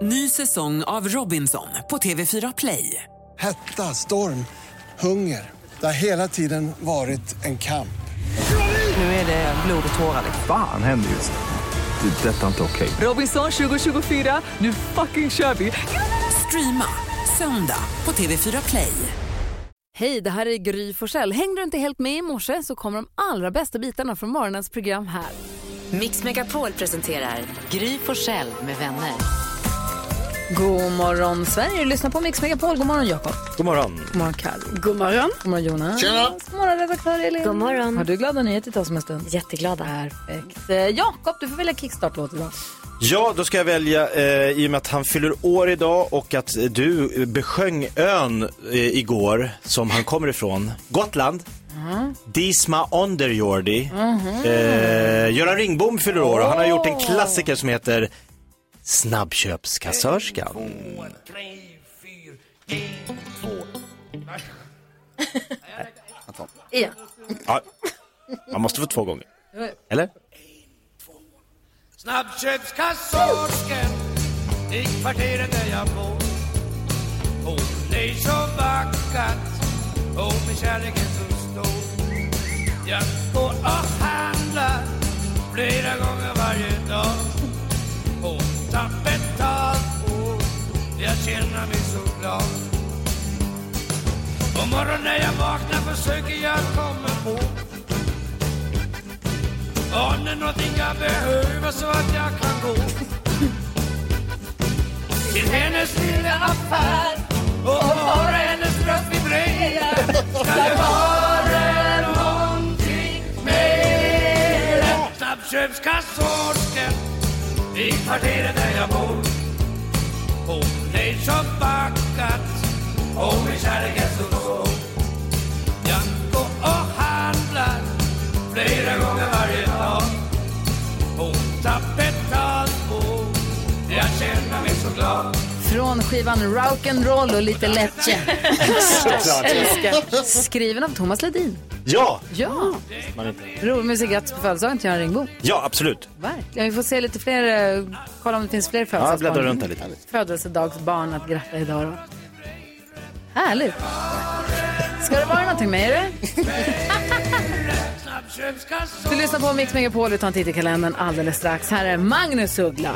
Ny säsong av Robinson på TV4 Play. Hetta, storm, hunger. Det har hela tiden varit en kamp. Nu är det blod och tårar. Fan händer just det. Det är detta inte okej. Robinson 2024, nu fucking kör vi. Streama söndag på TV4 Play. Hej, det här är Gry Forssell. Hängde du inte helt med i morse så kommer de allra bästa bitarna från morgonens program här. Mix Megapol presenterar Gry Forssell med vänner. God morgon Sverige, lyssna på Mix Megapol. God morgon Jakob. God morgon. God morgon Karo. God morgon. God morgon Jonas. Tjena. God morgon redaktör Elin. God morgon. Har du glada nyheter till oss om en stund? Jätteglada. Perfekt. Jakob, du får välja kickstart-låt idag. Ja, då ska jag välja i och med att han fyller år idag och att du besjöng ön igår som han kommer ifrån. Gotland. Disma Underjordi. Göran Ringbom fyller år och han har gjort en klassiker som heter Snabbköpskassörskan. 1, 3, 4, 1, 2. Igen. Ja, man måste få 2 gånger. Eller? Snabbköpskassörskan i kvarteret där jag bor. Hon är så vackert och med kärleken så stor. Jag går och handlar flera gånger varje dag. Hon tar betalt och jag känner mig så glad. Om morgonen när jag vaknar försöker jag komma på om det är någonting jag behöver så att jag kan gå till hennes lilla affär och höra hennes röst vibrera. Ska det vara någonting mer? Snabbköpskassörskan i kvarteret där jag bor. Hon är så vackert och med kärleken så stor. Jag går och handlar flera gånger varje dag. Hon tar betalt och jag känner mig så glad. Från skivan Rock'n'Roll och lite lättje. Skriven av Thomas Ledin. Ja! Ja. Rolig musik, grattis på födelsedagen till Göran Ringbom. Ja, absolut. Verkligen. Vi får se lite fler, kolla om det finns fler Ja, bläddra runt här lite. födelsedagsbarn att gratta idag då. Härligt. Ska det vara någonting med det? Du lyssnar på Mix Megapol, vi tar en titt i kalendern alldeles strax. Här är Magnus Uggla.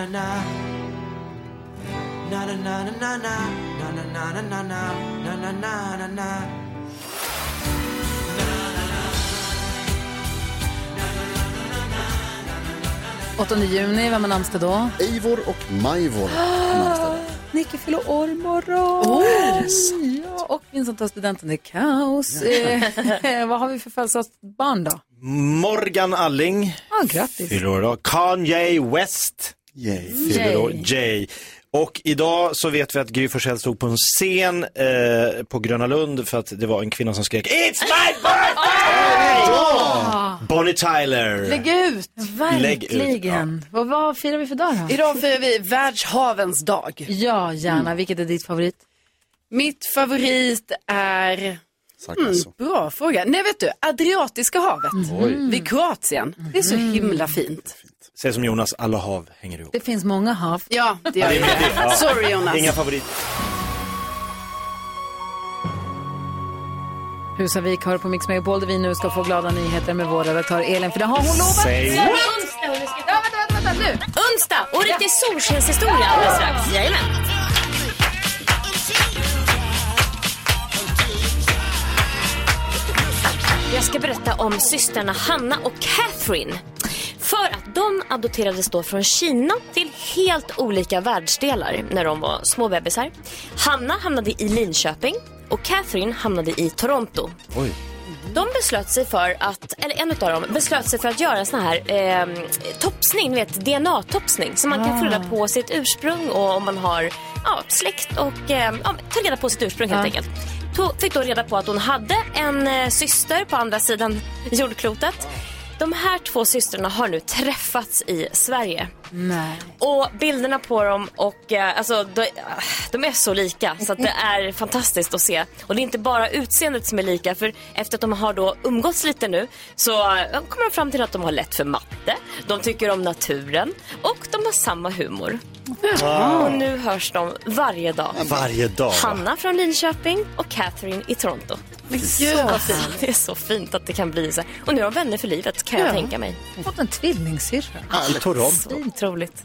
"8 juni, vem är namnsdag då?" Eivor och Majvor. Nicke fyller år imorgon. Ja, och Vincent har studenten, det är kaos. Vad har vi för födelsedagsbarn då? Morgan Alling. Grattis. Fyller år då. Kanye West. Fyller år. Jay. Och idag så vet vi att Gry Forssell stod på en scen på Gröna Lund för att det var en kvinna som skrek "It's my birthday!" Bonnie Tyler. Lägg ut. Verkligen. Vad firar vi för dag då? Idag firar vi världshavens dag. Ja, gärna. Vilket är ditt favorit? Mitt favorit är... bra fråga. Nej, vet du, Adriatiska havet vid Kroatien. Det är så himla fint. Säg som Jonas, alla hav hänger ihop. Det finns många hav. Ja, det gör det. Sorry Jonas. Inga favorit. Husavik hör på Mix Megapol där vi nu ska få glada nyheter med vår redaktör Elin. För det har hon lovat. Vänta nu. Onsdag och riktigt solskenshistoria alldeles strax. Jajamän. Jag ska berätta om systrarna Hanna och Catherine. För att de adopterades då från Kina till helt olika världsdelar när de var små bebisar. Hanna hamnade i Linköping och Catherine hamnade i Toronto. Oj. De beslöt sig för att, eller en av dem beslöt sig för att göra en sån här topsning, vet, DNA-topsning. Så man kan fylla på sitt ursprung och om man har släkt och ta reda på sitt ursprung helt enkelt. Fick då reda på att hon hade en syster på andra sidan jordklotet. De här 2 systrarna har nu träffats i Sverige. Nej. Och bilderna på dem och alltså de är så lika så att det är fantastiskt att se. Och det är inte bara utseendet som är lika, för efter att de har då umgåtts lite nu så kommer de fram till att de har lätt för matte. De tycker om naturen och de har samma humor. Och nu hörs de varje dag. Varje dag. Hanna från Linköping och Catherine i Toronto. Så fint. Det är så fint att det kan bli så här. Och nu är de vänner för livet, kan jag tänka mig. Jag har fått en tvillingsyrra. I Toronto. Så otroligt.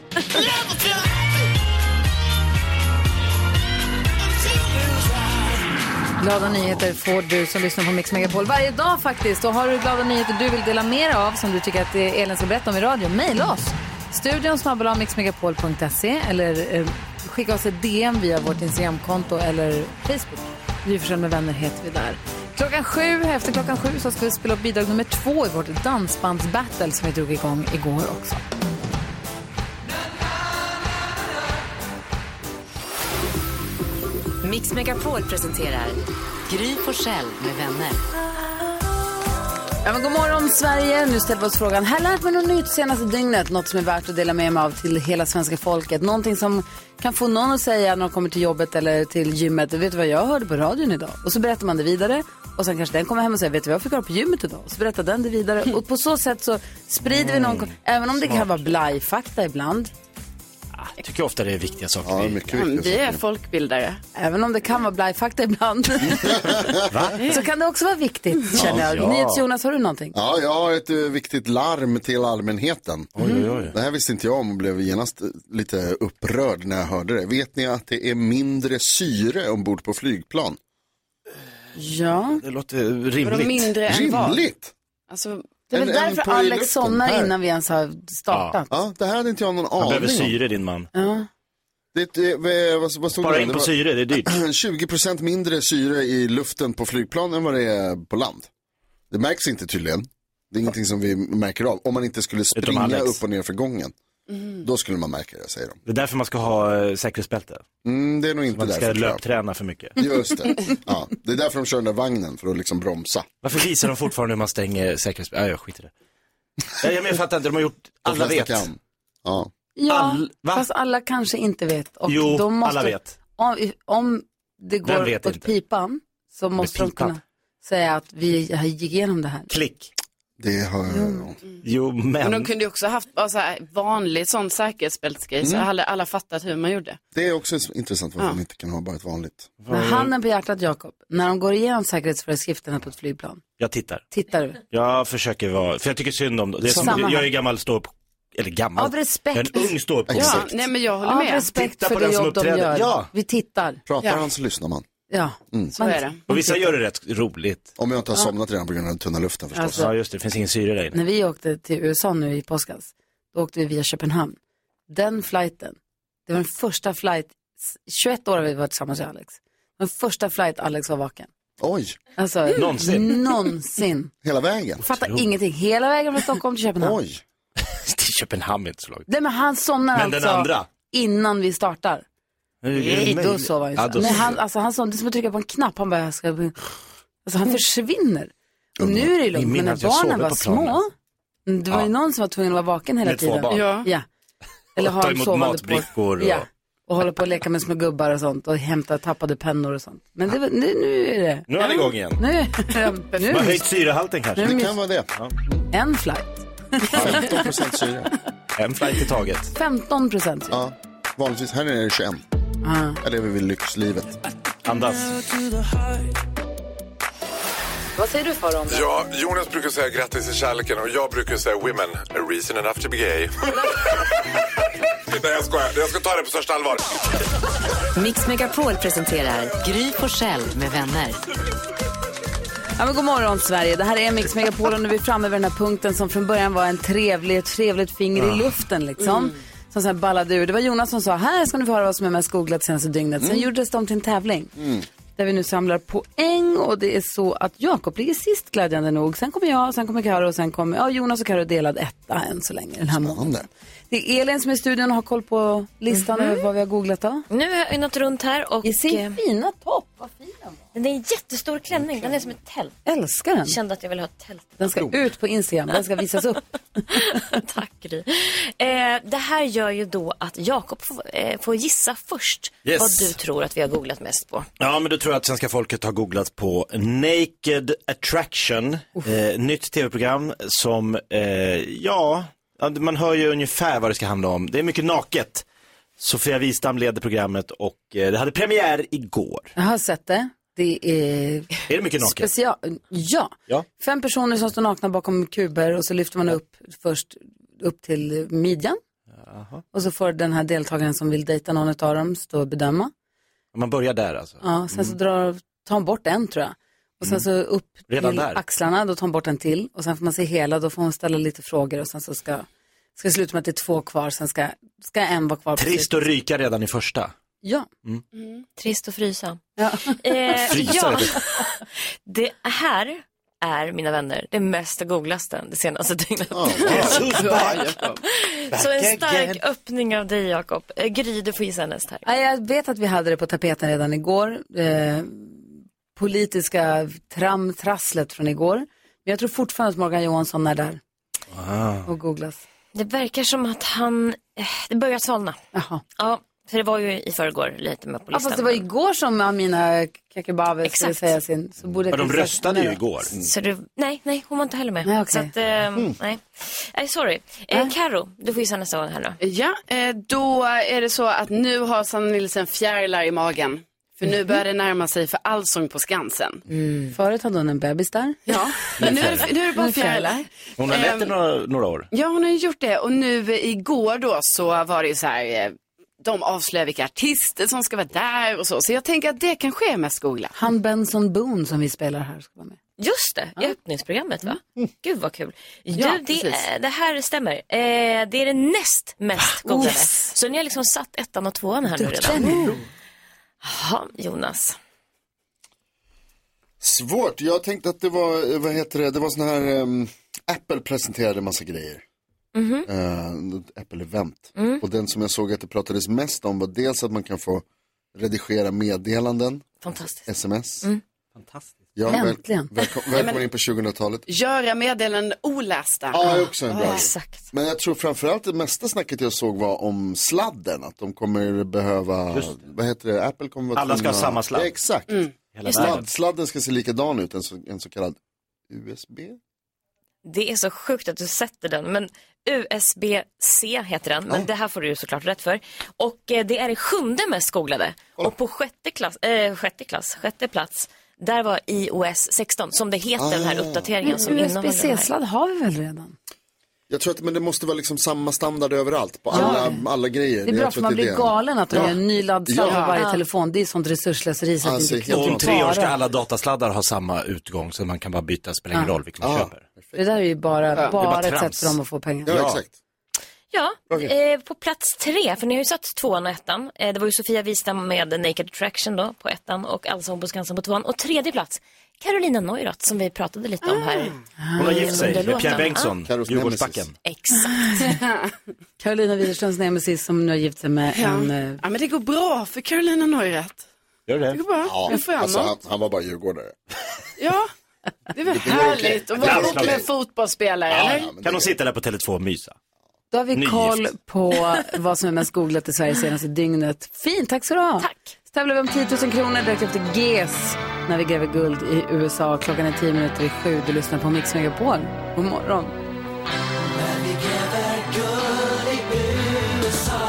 Glada nyheter får du som lyssnar på Mix Megapol varje dag faktiskt. Och har du glada nyheter du vill dela med dig av som du tycker att Elin ska berätta om i radio, mejla oss. Studion @mixmegapol.se eller skicka oss ett DM via vårt Instagramkonto eller Facebook. Vi försöker med vänner heter vi där. Efter klockan 7 så ska vi spela upp bidrag nummer 2 i vårt dansbandsbattle som vi drog igång igår också. Mix Megapol presenterar Gry Forssell med vänner. Ja, men god morgon Sverige, nu ställer vi oss frågan. Här lärt mig något nytt senaste dygnet. Något som är värt att dela med mig av till hela svenska folket. Någonting som kan få någon att säga när de kommer till jobbet eller till gymmet. Vet du vad jag hörde på radion idag? Och så berättar man det vidare. Och sen kanske den kommer hem och säger, vet du vad jag fick höra på gymmet idag? Och så berättar den det vidare. Och på så sätt så sprider vi någon, även om det kan vara blajfakta ibland. Jag tycker ofta det är viktiga saker. Ja, mycket viktiga Vi är folkbildare. Även om det kan vara blajfakta ibland. Så kan det också vara viktigt, känner jag. Ja. NyhetsJonas, har du någonting? Ja, jag har ett viktigt larm till allmänheten. Oj. Det här visste inte jag om och blev genast lite upprörd när jag hörde det. Vet ni att det är mindre syre ombord på flygplan? Ja. Det låter rimligt. Mindre än vad? Rimligt? Alltså, Det är väl En därför på i Alex luften somnar här. innan vi ens har startat. Ja, det här hade inte jag någon Han behöver aning om. syre, din man. Ja. Vad stod Bara det? in på Det var syre, det är dyrt. 20% mindre syre i luften på flygplan än vad det är på land. Det märks inte tydligen. Det är ingenting som vi märker av. Om man inte skulle springa Alex. upp och ner för gången. Då skulle man märka det, säger de. Det är därför man ska ha säkerhetsbälte. Det är nog inte Man ska därför, tror jag. löpträna för mycket. Just det. Ja, det är därför de kör den där vagnen, för att liksom bromsa. Varför visar de fortfarande hur man stänger säkerhetsbälte? Jag skiter i det. Jag fattar inte, de har gjort, alla vet. Kan. Ja. Ja, Va? fast alla kanske inte vet. Och Jo, de måste, alla vet. Om det Vem går vet åt inte? pipan så måste de pipan? kunna säga att vi gick igenom det här. Klick. Det har Jo, men de men... kunde ju också haft bara så här vanlig sån säkerhetsbältsgrej så hade alla fattat hur man gjorde. Det är också intressant varför man inte kan ha bara ett vanligt. Med handen på hjärtat, Jakob, när de går igenom säkerhetsföreskrifterna på ett flygplan, Jag tittar. tittar du? Jag försöker vara, för jag tycker synd om det. Det är som, Samma här. jag är gammal ståupp, eller gammal. Av respekt. Jag är en ung ståupp. Ja, nej men jag håller Av med. respekt Titta för på det den som jobb de uppträder. gör. Ja. Vi tittar. Pratar han så lyssnar man. Ja. Så är det. Och vissa gör det rätt roligt. Om jag inte har somnat redan på grund av den tunna luften förstås. Alltså, Ja, just det. Det finns ingen syre där inne. när vi åkte till USA nu i påskas, då åkte vi via Köpenhamn. Den flighten, det var den första flight, 21 år har vi varit tillsammans med Alex. Den första flight Alex var vaken. Oj, Alltså, någonsin. hela vägen. Fattar ingenting. Hela vägen från Stockholm till Köpenhamn. Oj. Till Köpenhamn är inte så långt. Nej, men han somnar Men den alltså andra? innan vi startar. Nej, då sover han ju. Ja, då Men sover han somnar, det är som att trycka på en knapp. Han bara, alltså han försvinner. Och nu är det lugnt, men när att jag barnen sover var på små, planet. det var ju någon som var tvungen att vara vaken hela Med två tiden. barn. Ja. Ja. Eller Och ha ta en emot sovande matbrickor på. och- Ja. Och hålla på och leka med små gubbar och sånt. Och hämta tappade pennor och sånt. Men det, nu är det. Nu är han igång igen. Nu Man har höjt syrehalten kanske. Det kan vara det. en flight. 15% syre. En flight i taget. 15%. Ja, vanligtvis. Här är det 21. Här lever vi lyxlivet. Andas. Vad säger du för om det? Ja, Jonas brukar säga grattis till kärleken och jag brukar säga women, a reason enough to be gay. Nej, jag skojar. Jag ska ta det på största allvar. Mix Megapol presenterar Gry Forssell med vänner. Ja, men god morgon Sverige, det här är Mix Megapol och nu är vi framme vid den här punkten som från början var en trevligt finger i luften liksom. Som så här ballade ur. Det var Jonas som sa, här ska ni få höra vad som är mest googlat senaste dygnet. Sen gjordes de till en tävling. Där vi nu samlar poäng och det är så att Jakob ligger sist glädjande nog. Sen kommer jag, sen kommer Karo och sen kommer Jonas och Karo delad etta än så länge. Den här månaden. Det är Elin som är i studion och har koll på listan över vad vi har googlat då. Nu är jag något runt här och I sin fina topp, vad fin den var. den är en jättestor klänning, den är som ett tält. Älskar den. Jag kände att jag ville ha ett tält. Den ska ut på Instagram, den ska visas upp. Tack Gry. Det här gör ju då att Jakob får gissa först vad du tror att vi har googlat mest på. Ja, men då tror jag att svenska folket har googlat på Naked Attraction. Nytt tv-program som, man hör ju ungefär vad det ska handla om. Det är mycket naket. Sofia Wistam leder programmet och det hade premiär igår. Jag har sett det. Det är det mycket naket? Ja. 5 personer som står nakna bakom kuber och så lyfter man först upp till midjan. Jaha. Och så får den här deltagaren som vill dejta någon av dem stå och bedöma. Man börjar där alltså? Ja, sen så tar han bort en tror jag. Och sen så upp redan till där. Axlarna, då tar han bort en till. Och sen får man se hela, då får hon ställa lite frågor. Och sen så ska sluta med att det är 2 kvar. Sen ska en vara kvar. Trist att ryka redan i första. Ja. Trist att frysa. Ja. Frysa. Det här är, mina vänner, det mest googlaste det senaste dygnet. Så en stark öppning av dig, Jakob. Gry, du får gissa näst här. Ja, jag vet att vi hade det på tapeten redan igår. Politiska trasslet från igår. Men jag tror fortfarande att Morgan Johansson är där. Och googlas. Det verkar som att det börjar svalna. Jaha. Ja, för det var ju i förrgår lite med på listan. Ja, fast det var igår som Amina Kakabaveh skulle säga sin. Så borde men de röstade ju igår. Så nej, hon var inte heller med. Nej, okay. Så att, nej. Sorry. Karo, du får gissa nästa gång här nu. Ja, då är det så att nu har Sanna Nilsson fjärilar i magen. För nu börjar det närma sig för Allsång på Skansen. Förut hade hon en bebis där. Ja, men nu är det bara fjärilar. Hon har lett det några år. Ja, hon har gjort det. Och nu igår då så var det ju så här... De avslöjar vilka artister som ska vara där och så. Så jag tänker att det kan ske med skola. Han Benson Boone som vi spelar här ska vara med. Just det, i öppningsprogrammet va? Gud vad kul. Ja, det här stämmer. Det är det näst mest googlade. Så ni har liksom satt 1 och 2 här nu redan. Jaha, Jonas. Svårt. Jag tänkte att det var, det var sån här, Apple presenterade massa grejer. Apple-event. Och den som jag såg att det pratades mest om var dels att man kan få redigera meddelanden. Fantastiskt. SMS. Fantastiskt. Ja, äntligen. Välkommen in på 2000-talet. Göra meddelanden olästa. Ja, det är också en bra exakt. Men jag tror framförallt det mesta snacket jag såg var om sladden. Att de kommer behöva, vad heter det, Apple kommer vara alla ska ha samma sladd. Ja, exakt. Sladden ska se likadan ut, en så kallad USB. Det är så sjukt att du sätter den, men USB-C heter den, men det här får du ju såklart rätt för. Och det är det 7:e mest googlade. Och på sjätte plats, där var iOS 16, som det heter den här uppdateringen som innehåller USB-C-sladd har vi väl redan? Jag tror att men det måste vara liksom samma standard överallt på alla grejer. Det är bra för man blir galen att de gör en ny laddsladd på varje telefon. Det är sånt resursslöseri. Om 3 år ska alla datasladdar ha samma utgång så man kan bara byta, spelar ingen roll vilken man köper. Det där är ju bara ett sätt för dem att få pengar. Ja, exakt. Ja, på plats 3, för ni har ju satt 2:an och 1:an. Det var ju Sofia Wistam med Naked Attraction då på 1:an och Allsång på Skansen på 2:an. Och 3:e plats, Carolina Neurath som vi pratade lite om här. Hon har gift sig med Pierre Bengtsson, Djurgårdsbacken. Exakt. Carolina Widerströms nemesis som nu har gift sig med en... Ja, men det går bra för Carolina Neurath. Gör det? Det går bra. Ja, alltså, han var bara djurgårdare. Ja, det är väl härligt att vara ihop med fotbollsspelare, eller? Kan de sitta där på Tele2 och mysa? Då har vi koll på vad som är mest googlat i Sverige senaste dygnet. Fint, tack så du ha. Tack. Så tävlar vi om 10 000 kronor direkt efter GES när vi gräver guld i USA. Klockan är 7:10. Du lyssnar på Mix Megapol. God morgon. När vi gräver guld i USA.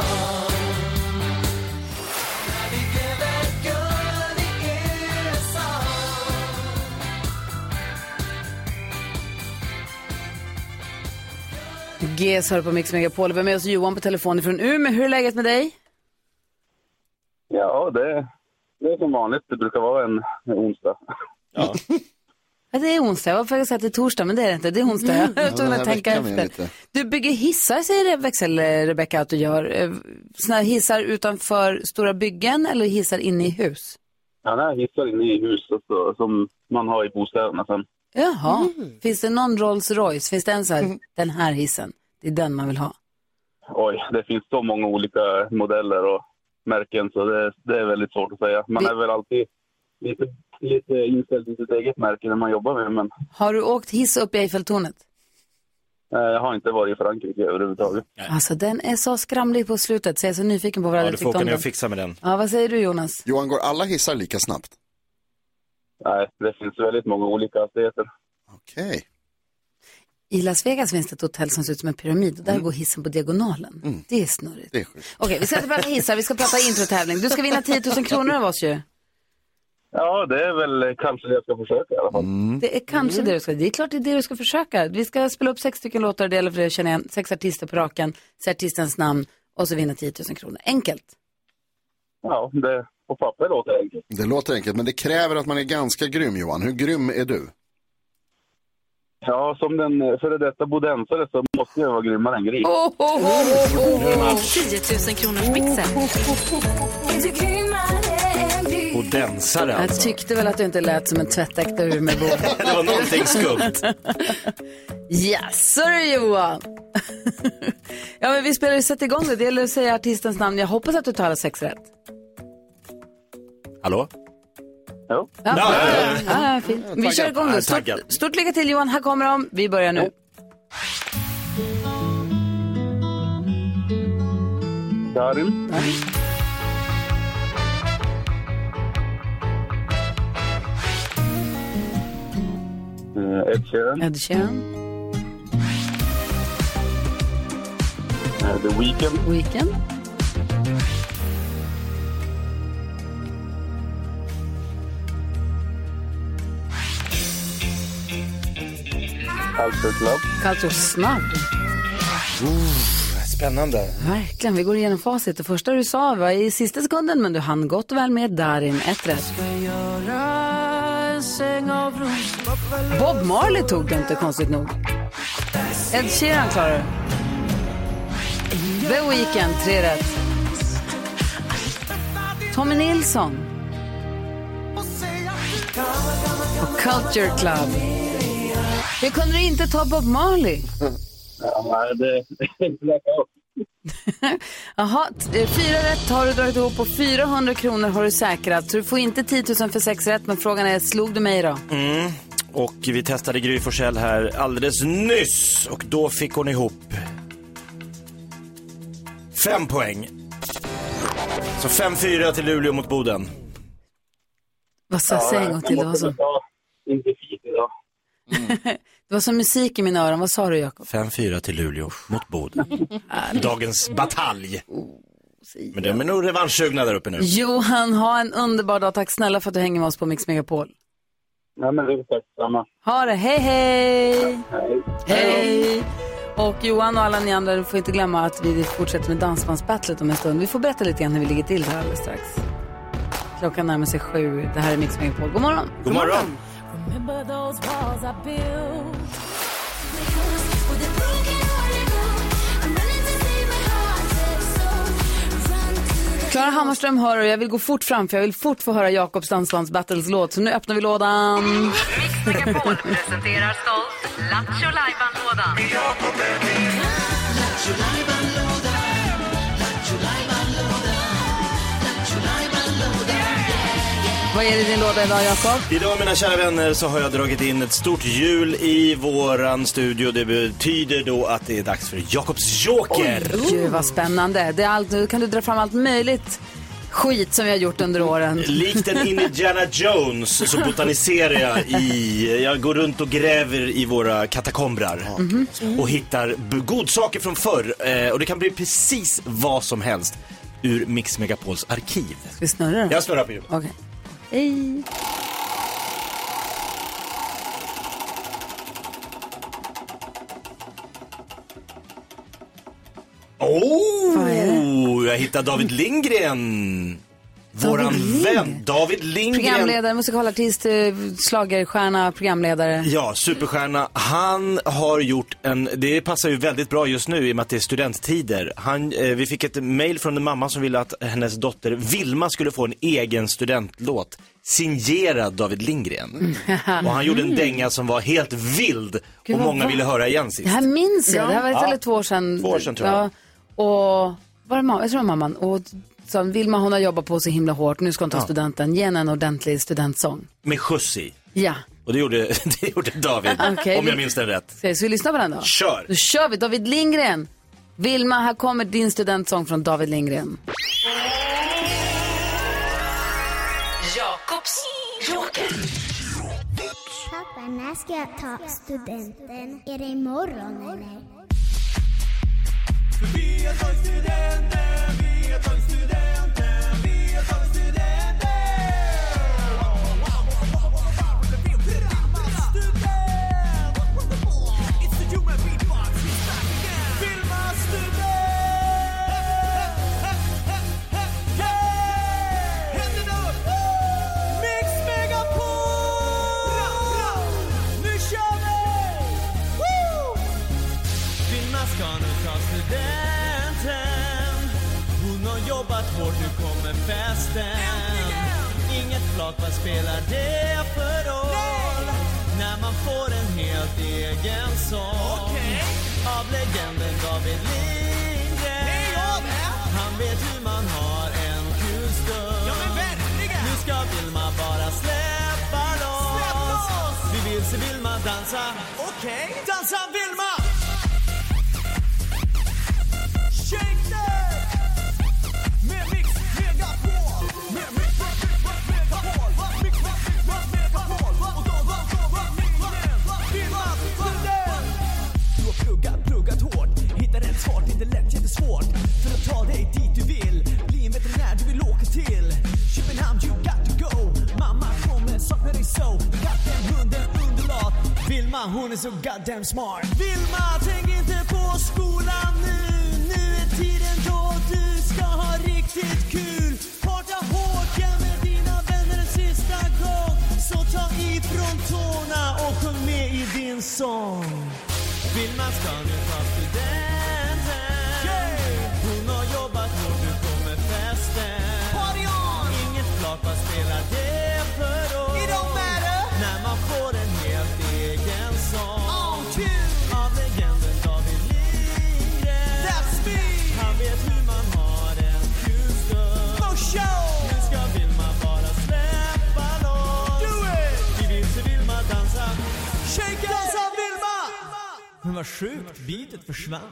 När vi gräver guld i USA. GES hör på Mix Megapol. Vi är med oss Johan på telefon från Umeå. Hur är läget med dig? Ja, det är som vanligt. Det brukar vara en onsdag. Ja. Ja, det är onsdag. Jag var faktiskt att det är torsdag, men det är det inte. Det är onsdag. Jag är tvungen att tänka efter. Du bygger hissar, säger Växel Rebecka att du gör. Såna hissar utanför stora byggen eller hissar inne i hus? Ja, nej, hissar inne i hus också, som man har i bostäderna sen. Jaha. Finns det någon Rolls Royce? Finns det en så här, den här hissen? Det är den man vill ha. Oj, det finns så många olika modeller och märken så det är väldigt svårt att säga. Man är väl alltid lite inställd i sitt eget märke när man jobbar med. Men... Har du åkt hiss upp i Eiffeltornet? Jag har inte varit i Frankrike överhuvudtaget. Alltså den är så skramlig på slutet så jag är så nyfiken på vad du får åka ner och fixa med den. Ja, vad säger du Jonas? Johan, går alla hissar lika snabbt? Nej, det finns väldigt många olika hastigheter. Okej. I Las Vegas finns det ett hotell som ser ut som en pyramid. Och där går hissen på diagonalen. Det är snurrigt. Det är sjukt. Okej, vi ska inte prata hissar, vi ska prata introtävling. Du ska vinna 10 000 kronor av oss ju. Ja, det är väl kanske det jag ska försöka i alla fall. Det är kanske det du ska. Det är klart det är det du ska försöka. Vi ska spela upp 6 stycken låtar. Det gäller för dig att känna igen 6 artister på raken. Se artistens namn och så vinna 10 000 kronor. Enkelt. Ja, det på papper låter enkelt. Det låter enkelt, men det kräver att man är ganska grym, Johan. Hur grym är du? Ja, som den före detta bodensare så måste jag vara grymmare än gris. 10 000 kronors mixen. Bodensare Jag alltså. tyckte väl att du inte lät som en tvättäkta ur med Bo. Det var någonting skumt. Ja, så är det Johan. Ja, men vi spelar ju sätt igång det. Det gäller att säga artistens namn. Jag hoppas att du tar alla 6 rätt. Hallå? Ja. Ja, fint. Vi kör igång då. Stort lycka till Johan. Här kommer de. Vi börjar nu. Darin. Ed Sheeran. Ed Sheeran. The Weeknd. Weeknd. Culture Club. Culture Snabb. Spännande. Verkligen, vi går igenom facit. Det första du sa var i sista sekunden, men du hann gott och väl med Darin. 1 rätt. Bob Marley tog det inte, konstigt nog. Ed Sheeran klarar The Weeknd, 3 rätt. Tommy Nilsson. Och Culture Club. Hur kunde du inte ta Bob Marley? Ja, det är inte lätt. Jaha, 4 rätt har du dragit ihop och 400 kronor har du säkrat. Så du får inte 10 000 för 6 rätt, men frågan är, slog du mig då? Och vi testade Gry Forssell här alldeles nyss. Och då fick hon ihop 5 poäng. Så 5-4 till Luleå mot Boden. Vad sa jag en gång till? Det var så. Inte fint idag. Det var som musik i mina öron. Vad sa du, Jakob? 5-4 till Luleå mot Boden. Dagens batalj. Men de är nog revanschsugna där uppe nu. Johan, ha en underbar dag. Tack snälla för att du hänger med oss på Mix Megapol. Ja, men det är tack samma. Ha det, hej hej! Hej. Hej! Och Johan och alla ni andra, får inte glömma att vi fortsätter med dansbandsbattlet om en stund. Vi får berätta lite grann hur vi ligger till här alldeles strax. Klockan närmar sig 7. Det här är Mix Megapol. God morgon! God morgon! Klara Hammarström hör och jag vill gå fort fram för jag vill fort få höra Jakobs dansbandsbattles låt. Så nu öppnar vi lådan. Mix Megapol presenterar stolt Lattjo Lajban-lådan. Vad är det i din låda idag, Jakob? Idag, mina kära vänner, så har jag dragit in ett stort hjul i våran studio. Det betyder då att det är dags för Jakobs Joker. Gud, vad spännande. Det är allt, nu kan du dra fram allt möjligt skit som vi har gjort under åren. Likt en Indiana Jones så botaniserar jag går runt och gräver i våra katakombrar och hittar godsaker från förr. Och det kan bli precis vad som helst ur Mix Megapols arkiv. Ska vi snurra då? Jag snurrar på hjulet. Okej. Hej. Jag hittade David Lindgren. Våran vän David Lindgren. Programledare, musikalartist, schlagerstjärna, programledare. Ja, superstjärna. Han har gjort det passar ju väldigt bra just nu i och med att det är studenttider. Vi fick ett mejl från en mamma som ville att hennes dotter Vilma skulle få en egen studentlåt signerad David Lindgren. Och han gjorde en dänga som var helt vild. Gud, och många ville höra igen sist. Det här minns jag. Det här var ett 2 år sedan. 2 år sedan tror jag. Ja, och var det mamma? Jag tror det var mamman. Och så Vilma, hon har jobbat på så himla hårt. Nu ska hon ta studenten. Ge henne en ordentlig studentsång. Med skjuts i. Ja. Och det gjorde David, Okay, om jag minns den rätt. Ska vi lyssna på den då? Kör! Då kör vi David Lindgren. Vilma, här kommer din studentsång från David Lindgren. Jakobs Joker. Pappa, När ska jag ta studenten? Är det imorgon eller? Vi har tagit studenten, vi har tagit studenten, vi har tagit studenten. It's the human beatbox, he's back again. Filma student! Händerna upp! Mix Megapol! Nu kör vi! Filma ska nu ta studenten. Hon har jobbat hårt, nu kommer festen. Inget flak, vad spelar det för roll? När man får en helt egen sång. Av legenden David Lindgren. Han vet hur man har en kul stund. Nu ska Vilma bara släppa loss. Vi vill se Vilma dansa. Dansa Vilma! Shake that! Med Mix Megapol! Med Mix Megapol! Mix Megapol! Och då Vilma student! Du har pluggat hårt. Hittar rätt svart, inte lätt, jättesvårt. För att ta dig dit du vill. Bli en veterinär du vill åka till. Köpenhamn, you got to go. Mamma kommer sakna dig så. Goddamn hunden underlat. Vilma, hon är så goddamn smart. Vilma, tänk inte på skolan nu. Nu är tiden då du ska ha riktigt kul. Parta hårt, ja, med dina vänner en sista gång. Så ta ifrån tårna och sjung med i din sång. Vilma ska nu ta studenten. Hon har jobbat hårt, nu kommer festen. Inget flak, vad spelar det för roll? När man får en helt egen sång. Av legenden David Lindgren. Han vet hur man har en kul stund. Nu ska Vilma bara släppa loss. Vi vill se Vilma dansa. Dansa Vilma! Men vad sjukt, beatet försvann.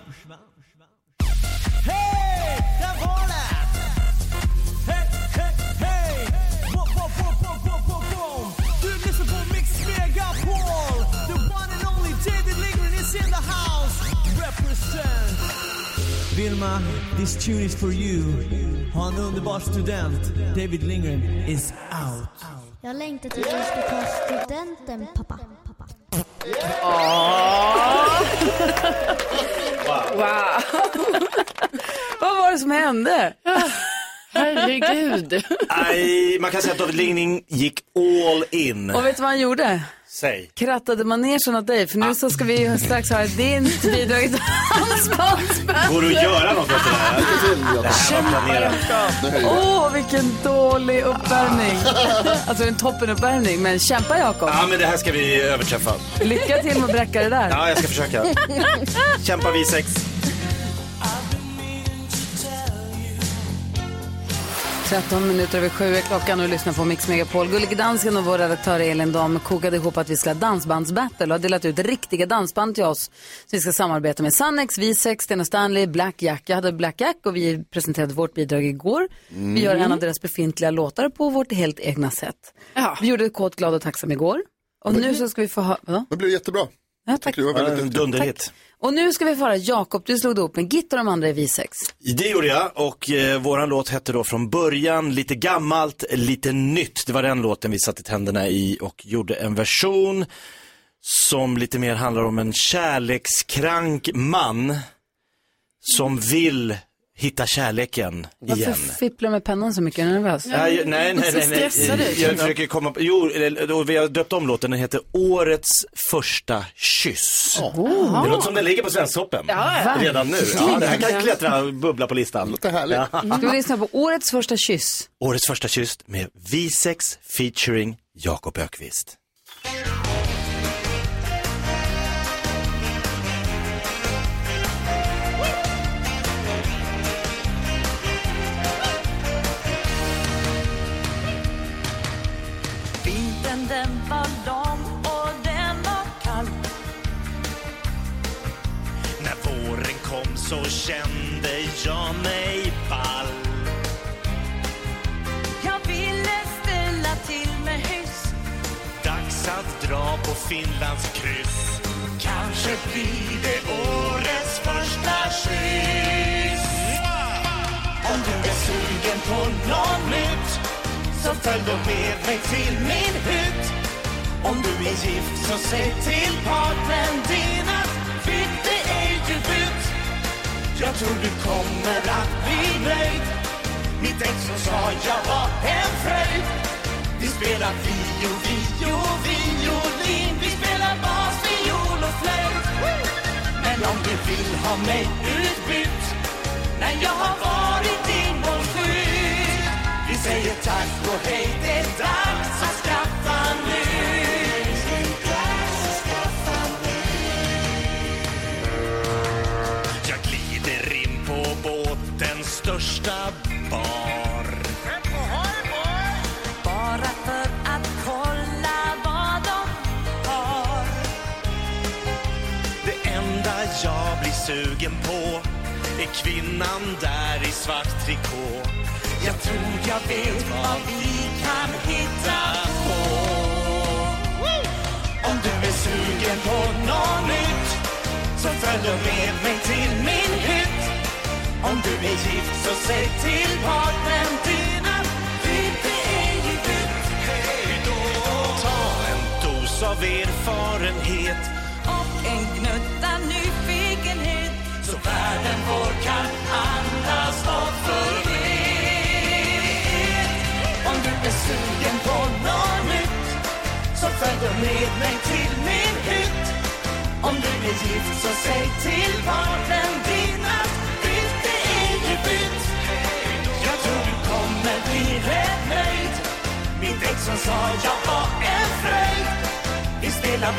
Hej, där var det! Hej, hej, hej! Wop, wop, wop, wop, wop, wop, wop. Du lyssnar på Mix Megapol. The one and only David Lindgren is in the house. Represent. Vilma, this tune is for you. Ha en underbar student. David Lindgren is out. Jag längtar till du ska ta studenten, pappa. Wow. Vad var det som hände? Herregud. Nej, man kan säga att David Lindgren gick all in. Och vet du vad han gjorde? Säg. Krattade manegen åt dig, för nu så ska vi strax ha din bidrag till hans sponsor. Går du att göra något åt det här? Det här var planerat. Vilken dålig uppvärmning. Alltså en toppenuppvärmning, men kämpa Jakob. Ja, men det här ska vi överträffa. Lycka till med att bräcka det där. Ja, jag ska försöka. Kämpa vi 6. 7:13 är klockan och lyssnar på Mix Megapol. Gullige Dansken och vår redaktör Elin Dam kokade ihop att vi ska ha dansbandsbattle och har delat ut riktiga dansband till oss. Så vi ska samarbeta med Sannex, V6, Sten och Stanley, Black Jack. Jag hade Black Jack och vi presenterade vårt bidrag igår. Vi gör en av deras befintliga låtar på vårt helt egna sätt. Ja. Vi gjorde Kåt, glad och tacksam igår. Och nu så ska vi få ha... Det blev jättebra. Ja, tack. Det var väldigt dunderhit. Och nu ska vi få höra Jakob, du slog upp med Gitt och de andra i V6. Det gjorde jag och våran låt hette då från början lite gammalt, lite nytt. Det var den låten vi satte tänderna i och gjorde en version som lite mer handlar om en kärlekskrank man som vill hitta kärleken igen. Varför fipplar med pennan så mycket? Nervös? Nej. Jag försöker komma på... Jo, vi har döpt om låten. Den heter Årets första kyss. Det låter som den ligger på Svensktoppen. Redan nu. Ja, det här kan klättra bubbla på listan. Låter härligt. Ska vi lyssna på Årets första kyss? Årets första kyss med V6 featuring Jakob Ökvist. Den var lång och den var kall. När våren kom så kände jag mig ball. Jag ville ställa till med hyss. Dags att dra på Finlands kryss. Kanske blir det årets första kyss. Om du är sugen på något nytt, så följ då med mig till min hytt. Om du är gift, så säg till partnern din att bytte är ju bytt. Jag tror du kommer att bli nöjd. Mitt ex som sa jag var en fröjd. Vi spelar violin. Vi spelar bas, fiol och flöjt. Men om du vill ha mig utbytt, när jag har varit din målskydd, vi säger tack och hej, det är dags att skaffa nytt. Jag glider in på båtens största bar. Bara för att kolla vad de har. Det enda jag blir sugen på är kvinnan där i svart trikå. Jag tror jag vet vad vi kan hitta på. Om du är sugen på något nytt, så följ med mig till min hytt. Om du är gift, så säg till partnern din att byte är ju bytt. Hej då! Ta en dos av erfarenhet och en gnutta nyfikenhet, så världen vår kan andas och för evigt. Om du är sugen på något nytt, så följ då med mig till min hytt. Om du är gift, så säg till partnern din att byte är ju bytt. Jag tror du kommer bli rätt nöjd. Mitt ex som sa jag var en fröjd. Vi spelar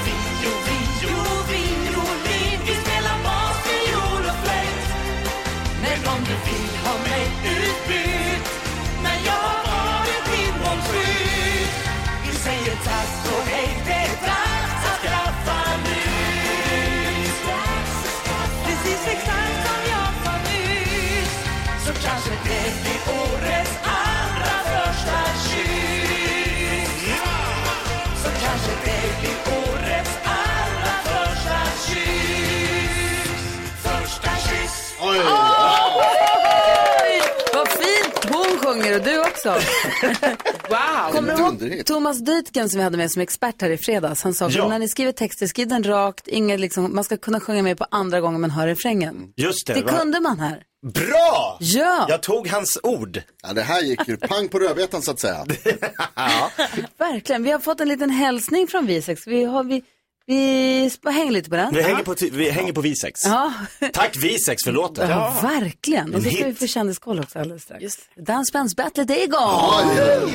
violin. Vi spelar bas, fiol och flöjt. Men om du vill ha mig utbytt, när jag har varit din målskydd, vi säger tack och hej, det är dags att skaffa nytt. Precis exakt som jag sa nyss, så kanske det blir årets allra första kyss. Så kanske det blir årets allra första kyss. Första kyss. Oj! Vad fint hon sjunger och du också. Wow. Kommer du ihåg Thomas Dytgen som vi hade med som expert här i fredags? Han sa att när ni skriver texter, skriv den rakt. Man ska kunna sjunga med på andra gången man hör refrängen. Just det. Det kunde man här. Bra! Ja. Jag tog hans ord. Ja, det här gick ju pang på rödbetan så att säga. Ja. Verkligen. Vi har fått en liten hälsning från Visex. Vi hänger lite på den. Vi hänger på Visex. Ja. Tack Visex för låten. Ja, verkligen. Och så ska vi få kändiskoll också alldeles strax. Just Dance Bands Battle, det är igång!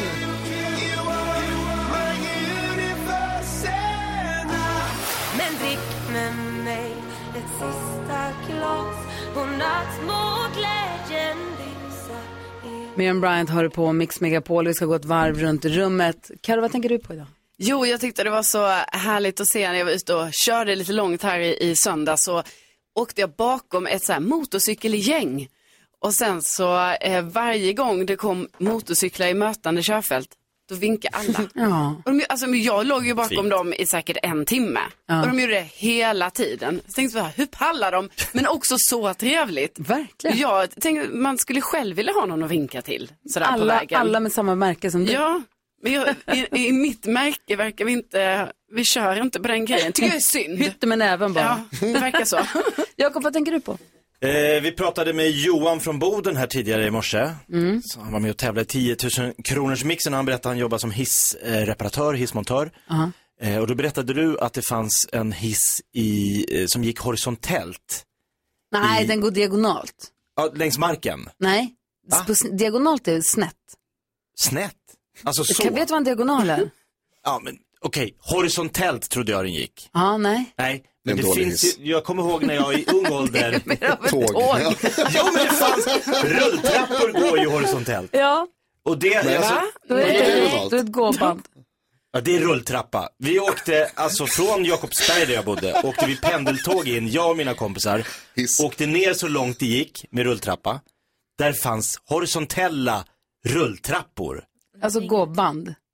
Men drick med mig ett sista glas och natt mot glädjen lysa. Miriam Bryant har på Mix Megapol. Vi ska gå ett varv runt rummet. Karo, vad tänker du på idag? Jo, jag tyckte det var så härligt att se när jag var ute och körde lite långt här i söndag, så åkte jag bakom ett så här motorcykelgäng. Och sen så varje gång det kom motorcyklar i mötande körfält, då vinkade alla. Ja. Och jag låg ju bakom dem i säkert 1 timme. Ja. Och de gjorde det hela tiden. Så tänkte jag, hur pallar de? Men också så trevligt. Verkligen. Jag tänkte, man skulle själv vilja ha någon att vinka till. Sådär på vägen. Alla med samma märke som du. Ja, men i mitt märke verkar vi kör inte på den grejen. Tycker jag är synd. Hytte med näven bara. Ja, det verkar så. Jakob, vad tänker du på? Vi pratade med Johan från Boden här tidigare i morse. Så han var med och tävlade i 10 000 kronors mixen. Han berättade att han jobbar som hissmontör. Och då berättade du att det fanns en hiss som gick horisontellt. Nej, den går diagonalt. Ja, längs marken. Nej, diagonalt är snett. Snett? Alltså så. Vet du vad en diagonal är? Ja, men okej. Horisontellt trodde jag den gick. Ja, nej. Nej. Men det finns ju, jag kommer ihåg när jag i ung ålder tåg. Jo, men det fanns rulltrappor går ju horisontellt. Ja. Och det alltså, då är det ett gåband. Ja, det är rulltrappa. Vi åkte alltså från Jakobsberg där jag bodde, åkte vi pendeltåg in, jag och mina kompisar. Åkte ner så långt det gick med rulltrappa. Där fanns horisontella rulltrappor. Alltså gåband.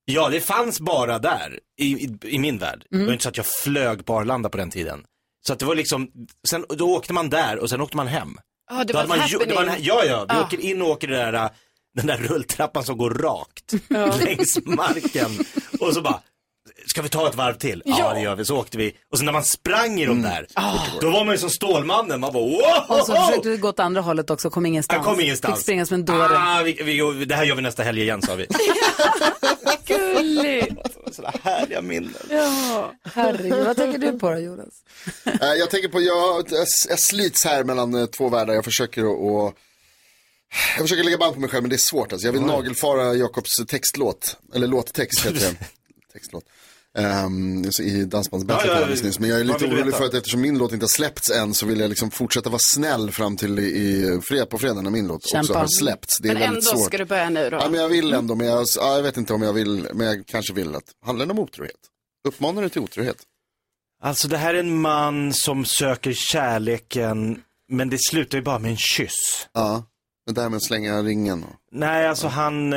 Ja, det fanns bara där i min värld. Det var inte så att jag flög på Arlanda på den tiden. Så att det var liksom, då åkte man där och sen åkte man hem. Ja, det var ett happening. Vi åker in och åker den där rulltrappan som går rakt längs marken. Och så bara, ska vi ta ett varv till? Ja, det gör vi. Så åkte vi. Och sen när man sprang i dem där, då var man ju som Stålmannen. Man bara, wow! Och så försökte vi gå åt andra hållet också, kom ingenstans. Fick springa som en dåre. Det här gör vi nästa helg igen, sa vi. Gulligt. Sådana härliga minnen. Ja, herregud. Vad tänker du på då, Jonas? Jag tänker på, jag slits här mellan två världar. Jag försöker lägga band på mig själv, men det är svårt. Alltså. Jag vill nagelfara Jakobs textlåt. Eller låttext heter det. Textlåt. I Dansbandsbältet. Men jag är lite orolig för att eftersom min låt inte har släppts än, så vill jag liksom fortsätta vara snäll fram till på fredag när min låt också har släppts. Det är men väldigt ändå svårt. Ska du börja nu då? Ja, men jag vill ändå, men jag vet inte om jag vill, men jag kanske vill att handla om otrohet. Uppmanar du till otrohet? Alltså det här är en man som söker kärleken, men det slutar ju bara med en kyss. Ja. Det där med att slänga ringen. Nej, alltså han...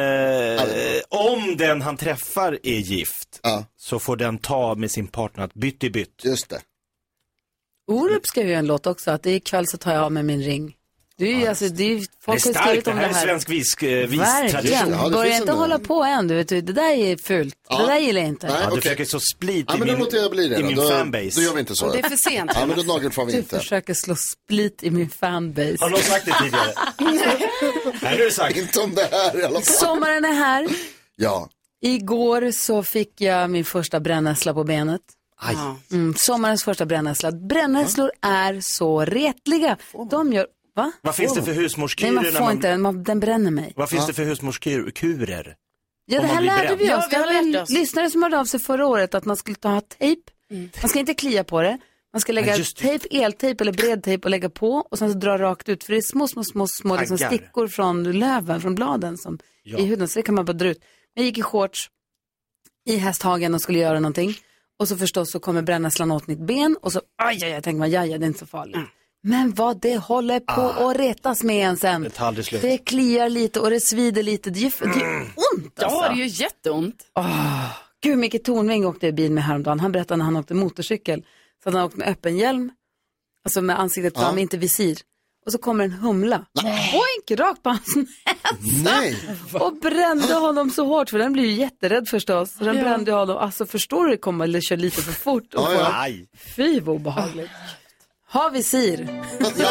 om den han träffar är gift, så får den ta med sin partner att bytt i bytt. Just det. Orup skrev ju en låt också, att ikväll så tar jag av med min ring. Det är ju alltså, folk har skrivit om det här. Det här är svensk vistradition. Verkligen. Börja inte hålla på än, du vet, det där är fult. Det där gillar jag inte. Nej, du försöker så split i min fanbase. Då gör vi inte så. Det är för sent. Ja, men då nagelfar vi inte. Du försöker slå split i min fanbase. Har någon sagt det tidigare? Nej, det är sagt. Inte om det här i alla fall. Sommaren är här. Ja. Igår så fick jag min första brännässla på benet. Sommarens första brännässla. Brännässlor är så retliga. De gör... Va? Vad finns det för husmorskurer? Nej, man får inte, den bränner mig. Vad finns det för husmorskurer? Ja, det här lärde vi oss. Det var en lyssnare som hörde av sig förra året att man skulle ta tejp. Man ska inte klia på det. Man ska lägga eltejp eller bredtejp och lägga på och sen så dra rakt ut. För det är små liksom stickor från löven, från bladen som i huden. Så det kan man bara dra ut. Jag gick i shorts i Hästhagen och skulle göra någonting. Och så förstås så kommer brännässlan åt mitt ben. Och så, jag tänkte man, det är inte så farligt. Men vad det håller på att retas med en sen. Det kliar lite och det svider lite. Det är ont alltså. Ja, det är ju jätteont. Gud, Micke Tornving åkte i bil med häromdagen. Han berättade när han åkte motorcykel. Så han åkte med öppen hjälm. Alltså med ansiktet fram, inte visir. Och så kommer en humla. Boink, rakt på hans näsa. Och brände honom så hårt. För den blir ju jätterädd förstås. Så den brände honom. Alltså förstår du, kommer eller kör lite för fort. Och fy vad obehagligt. Har visir.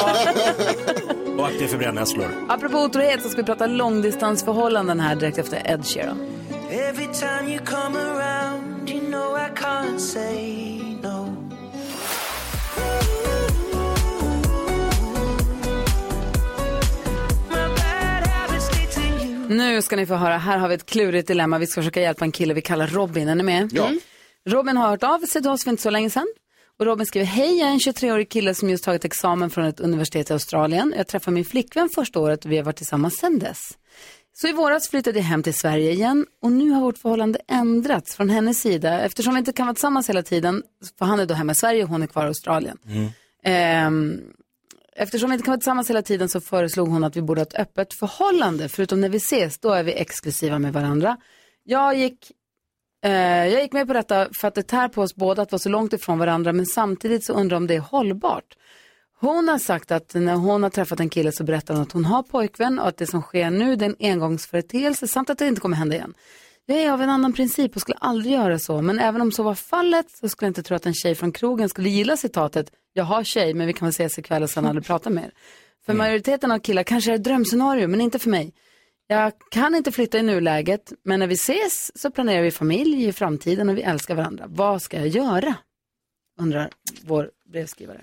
Och att det är för brännässlor. Apropå otrohet så ska vi prata långdistansförhållanden här direkt efter Ed Sheeran. Every time you come around, you know I can't say no. Nu ska ni få höra, här har vi ett klurigt dilemma. Vi ska försöka hjälpa en kille vi kallar Robin, är ni med? Ja. Robin har hört av sig till oss för inte så länge sedan. Och Robin skriver, hej, jag är en 23-årig kille som just tagit examen från ett universitet i Australien. Jag träffade min flickvän första året och vi har varit tillsammans sedan dess. Så i våras flyttade jag hem till Sverige igen och nu har vårt förhållande ändrats från hennes sida. Eftersom vi inte kan vara tillsammans hela tiden, för han är då hemma i Sverige och hon är kvar i Australien. Eftersom vi inte kan vara tillsammans hela tiden så föreslog hon att vi borde ha ett öppet förhållande. Förutom när vi ses, då är vi exklusiva med varandra. Jag gick med på detta för att det tär på oss båda att vara så långt ifrån varandra. Men samtidigt så undrar om det är hållbart. Hon har sagt att när hon har träffat en kille så berättar hon att hon har pojkvän. Och att det som sker nu är en engångsföreteelse samt att det inte kommer hända igen. Jag är av en annan princip och skulle aldrig göra så. Men även om så var fallet så skulle jag inte tro att en tjej från krogen skulle gilla citatet. Jag har tjej men vi kan väl ses ikväll och sen aldrig prata mer. För majoriteten av killar kanske är ett drömscenario men inte för mig. Jag kan inte flytta i nuläget, men när vi ses så planerar vi familj i framtiden och vi älskar varandra. Vad ska jag göra? Undrar vår brevskrivare.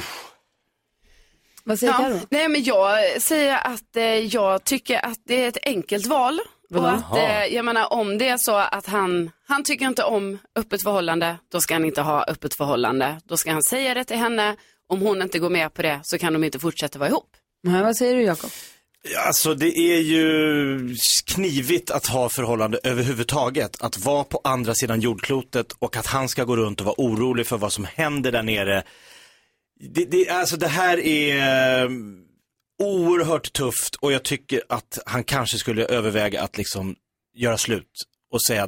Vad säger du då? Nej, men jag säger att jag tycker att det är ett enkelt val. Och att, jag menar, om det är så att han tycker inte om öppet förhållande, då ska han inte ha öppet förhållande. Då ska han säga det till henne. Om hon inte går med på det så kan de inte fortsätta vara ihop. Men vad säger du, Jakob? Alltså det är ju knivigt att ha förhållande överhuvudtaget. Att vara på andra sidan jordklotet och att han ska gå runt och vara orolig för vad som händer där nere. Alltså det här är oerhört tufft och jag tycker att han kanske skulle överväga att liksom göra slut och säga att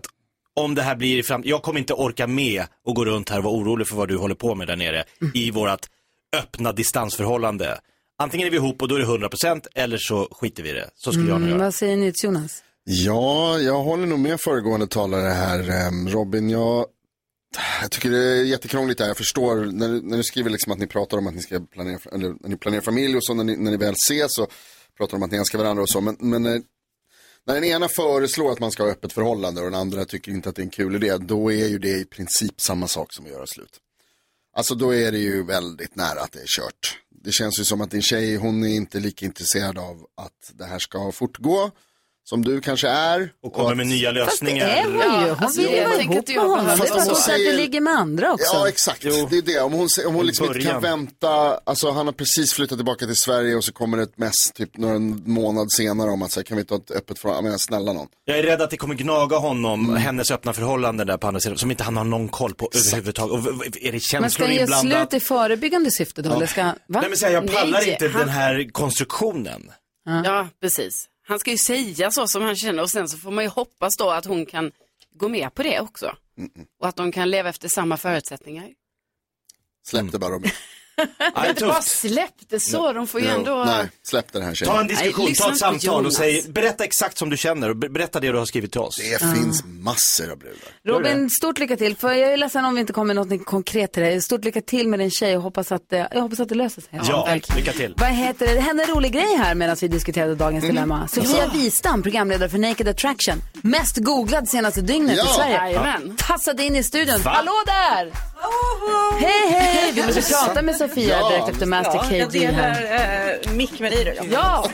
om det här blir i framtiden. Jag kommer inte orka med och gå runt här och vara orolig för vad du håller på med där nere i vårat öppna distansförhållande. Antingen är vi ihop och då är det 100% eller så skiter vi i det. Så skulle jag nog göra. Vad säger ni, Jonas? Ja, jag håller nog med föregående talare här. Robin, jag tycker det är jättekrångligt här. Jag förstår när du skriver liksom att ni pratar om att ni ska planera, eller när ni planerar familj och så, när ni väl ses så pratar de om att ni älskar varandra och så. Men när den ena föreslår att man ska ha öppet förhållande och den andra tycker inte att det är en kul idé, då är ju det i princip samma sak som att göra slut. Alltså då är det ju väldigt nära att det är kört. Det känns ju som att din tjej, hon är inte lika intresserad av att det här ska fortgå som du kanske är. Och kommer med nya lösningar. Fast det är hon ju. Hon vill ju vara ihop med honom. Det är för att hon säger att det ligger med andra också. Ja, exakt. Jo. Det är det. Om hon liksom inte kan vänta. Alltså han har precis flyttat tillbaka till Sverige och så kommer det ett mess typ några månad senare om att säga, kan vi ta ett öppet förhållande? Men snälla någon. Jag är rädd att det kommer gnaga honom, hennes öppna förhållanden där på andra sidan, som inte han har någon koll på överhuvudtaget. Och är det känslor men ska inblandat? Men ska ge slut i förebyggande syfte då? Ja. Eller ska, va? Nej men säg, jag pallar inte den här konstruktionen. Ja, precis. Han ska ju säga så som han känner och sen så får man ju hoppas då att hon kan gå med på det också. Och att de kan leva efter samma förutsättningar. Släpp det bara, Robin. Men inte bara släpp det så, de får ju ändå... Nej, släpp det här tjejen. Ta en diskussion, ta ett samtal och säg, berätta exakt som du känner och berätta det du har skrivit till oss. Det finns massor av brudar. Robin, stort lycka till. För jag är ledsen om vi inte kommer något konkret till dig. Stort lycka till med din tjej och hoppas att det löser sig. Ja, lycka till. Vad heter det? Det hände en rolig grej här medan vi diskuterade dagens dilemma. Sofia Wistam, programledare för Naked Attraction. Mest googlad senaste dygnet i Sverige. Tassade in i studion. Hallå där! Hej! Vi måste prata med Sofia direkt efter Master KG. Jag delar mick med dig då. Ja!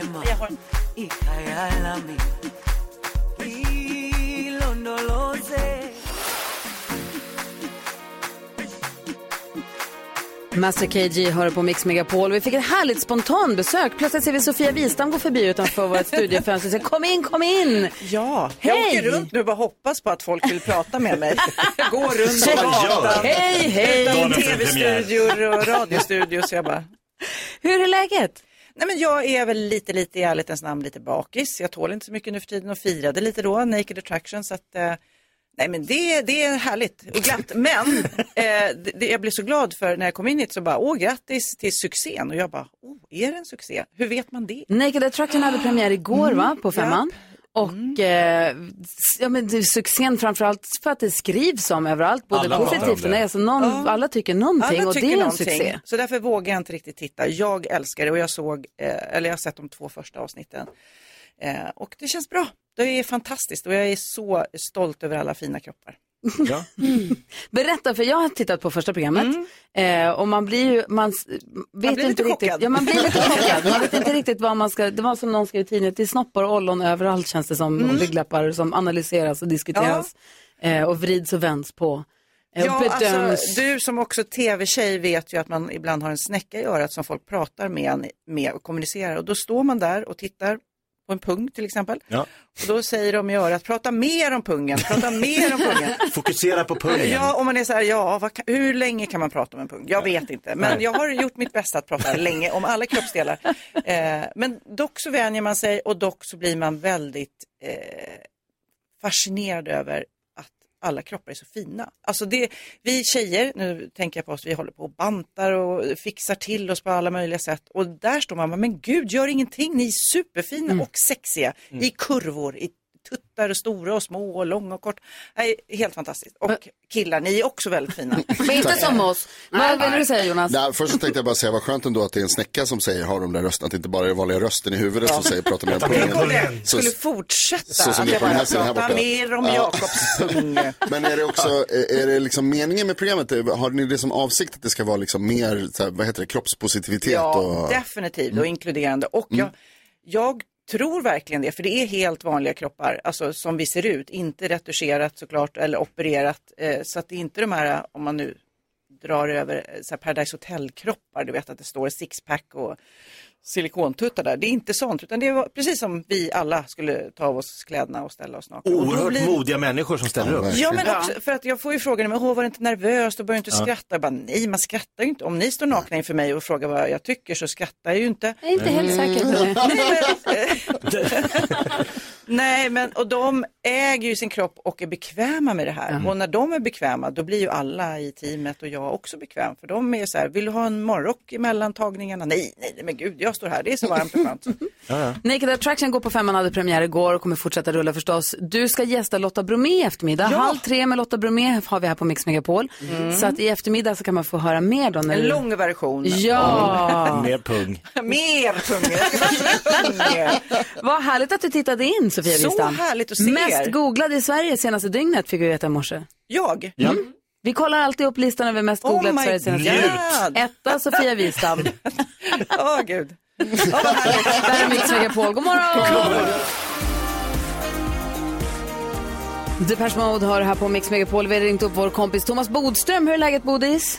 Master KG hör på Mix Megapol. Vi fick ett härligt spontanbesök. Plötsligt ser vi Sofia Wistam gå förbi utanför vårt studiofönster. Så kom in! Ja, jag åker runt nu och bara hoppas på att folk vill prata med mig. Jag går runt på gatan. Hej! Utan tv-studior och radiostudior. Så jag bara... Hur är läget? Nej, men jag är väl lite i ärlighetens namn lite bakis. Jag tål inte så mycket nu för tiden och firade lite då, Naked Attraction. Så att... Nej, men det är härligt och glatt. Men jag blev så glad för när jag kom in hit så bara, grattis till succén. Och jag bara, är det en succé? Hur vet man det? Naked Attraction hade premiär igår va, på 5:an. Och men succén framförallt för att det skrivs om överallt. Både alla positivt och nej. Alltså alla tycker någonting alla och det är en succé. Så därför vågar jag inte riktigt titta. Jag älskar det och jag har sett de 2 första avsnitten. Och det känns bra. Det är fantastiskt och jag är så stolt över alla fina kroppar. Ja. Berätta, för jag har tittat på första programmet och man blir inte riktigt. Ja, man blir lite chockad. Man vet inte riktigt vad man ska. Det var som någon skrev i tidningen, det är snoppar och ollon överallt känns det som. Och rygglappar som analyseras och diskuteras och vrids och vänds på. Ja, alltså, du som också tv-tjej vet ju att man ibland har en snäcka i örat som folk pratar med och kommunicerar. Och då står man där och tittar på en pung till exempel. Ja. Och då säger de i örat, prata mer om pungen. Fokusera på pungen. Ja, och man är så här, hur länge kan man prata om en pung? Jag vet inte, men jag har gjort mitt bästa att prata länge om alla kroppsdelar. Men dock så vänjer man sig och dock så blir man väldigt fascinerad över alla kroppar är så fina. Alltså vi tjejer, nu tänker jag på oss, vi håller på och bantar och fixar till oss på alla möjliga sätt. Och där står man, men gud, gör ingenting. Ni är superfina och sexiga i kurvor, i tuttar och stora och små och långa och kort. Nej, helt fantastiskt. Och killar, ni är också väldigt fina. Men inte som oss. Vad vill du säga, Jonas? Nej, först så tänkte jag bara säga, vad skönt ändå att det är en snäcka som har de där rösterna, att det inte bara är vanliga rösten i huvudet som säger prata mer om pungen. Så skulle fortsätta så som att jag bara prata mer om Jakobs pung. Men är det också, är det liksom meningen med programmet, har ni det som avsikt att det ska vara liksom mer, så här, vad heter det, kroppspositivitet? Ja, definitivt och inkluderande. Och jag tror verkligen det, för det är helt vanliga kroppar, alltså som vi ser ut, inte retuscherat såklart eller opererat, så att det är inte de här, om man nu drar över så här Paradise Hotel-kroppar, du vet att det står sixpack och silikontuttar där, det är inte sånt, utan det är precis som vi alla skulle ta av oss kläderna och ställa oss nakna. Oerhört modiga människor som ställer upp. Ja, men också, för att jag får ju frågan, men var det inte nervöst och börjar inte skratta? Jag bara, nej, man skrattar ju inte. Om ni står nakna inför mig och frågar vad jag tycker så skrattar jag ju inte. Jag är inte helt säker på det. Nej, men och de äger ju sin kropp och är bekväma med det här. Och när de är bekväma, då blir ju alla i teamet och jag också bekväm. För de är så här, vill du ha en morgonrock emellan tagningarna? Nej, men gud, jag står här, det är så varmt och skönt. Naked Attraction går på 5, hade premiär igår och kommer fortsätta rulla förstås. Du ska gästa Lotta Bromé i eftermiddag. 2:30 med Lotta Bromé har vi här på Mix Megapol. Så att i eftermiddag så kan man få höra mer då. När en lång version. Ja. Mer pung. Mer pung. Vad härligt att du tittade in, Sofia Wistam. Så härligt att se. Mest googlad i Sverige senaste dygnet fick vi veta i morse. Jag? Ja. Vi kollar alltid upp listan över mest googlad i Sverige senaste dygnet. 1 Sofia Wistam. Gud. Där är Mix Megapol. God morgon! Depeche Mode har här på Mix Megapol. Vi har ringt upp vår kompis Thomas Bodström. Hur är läget, Bodis?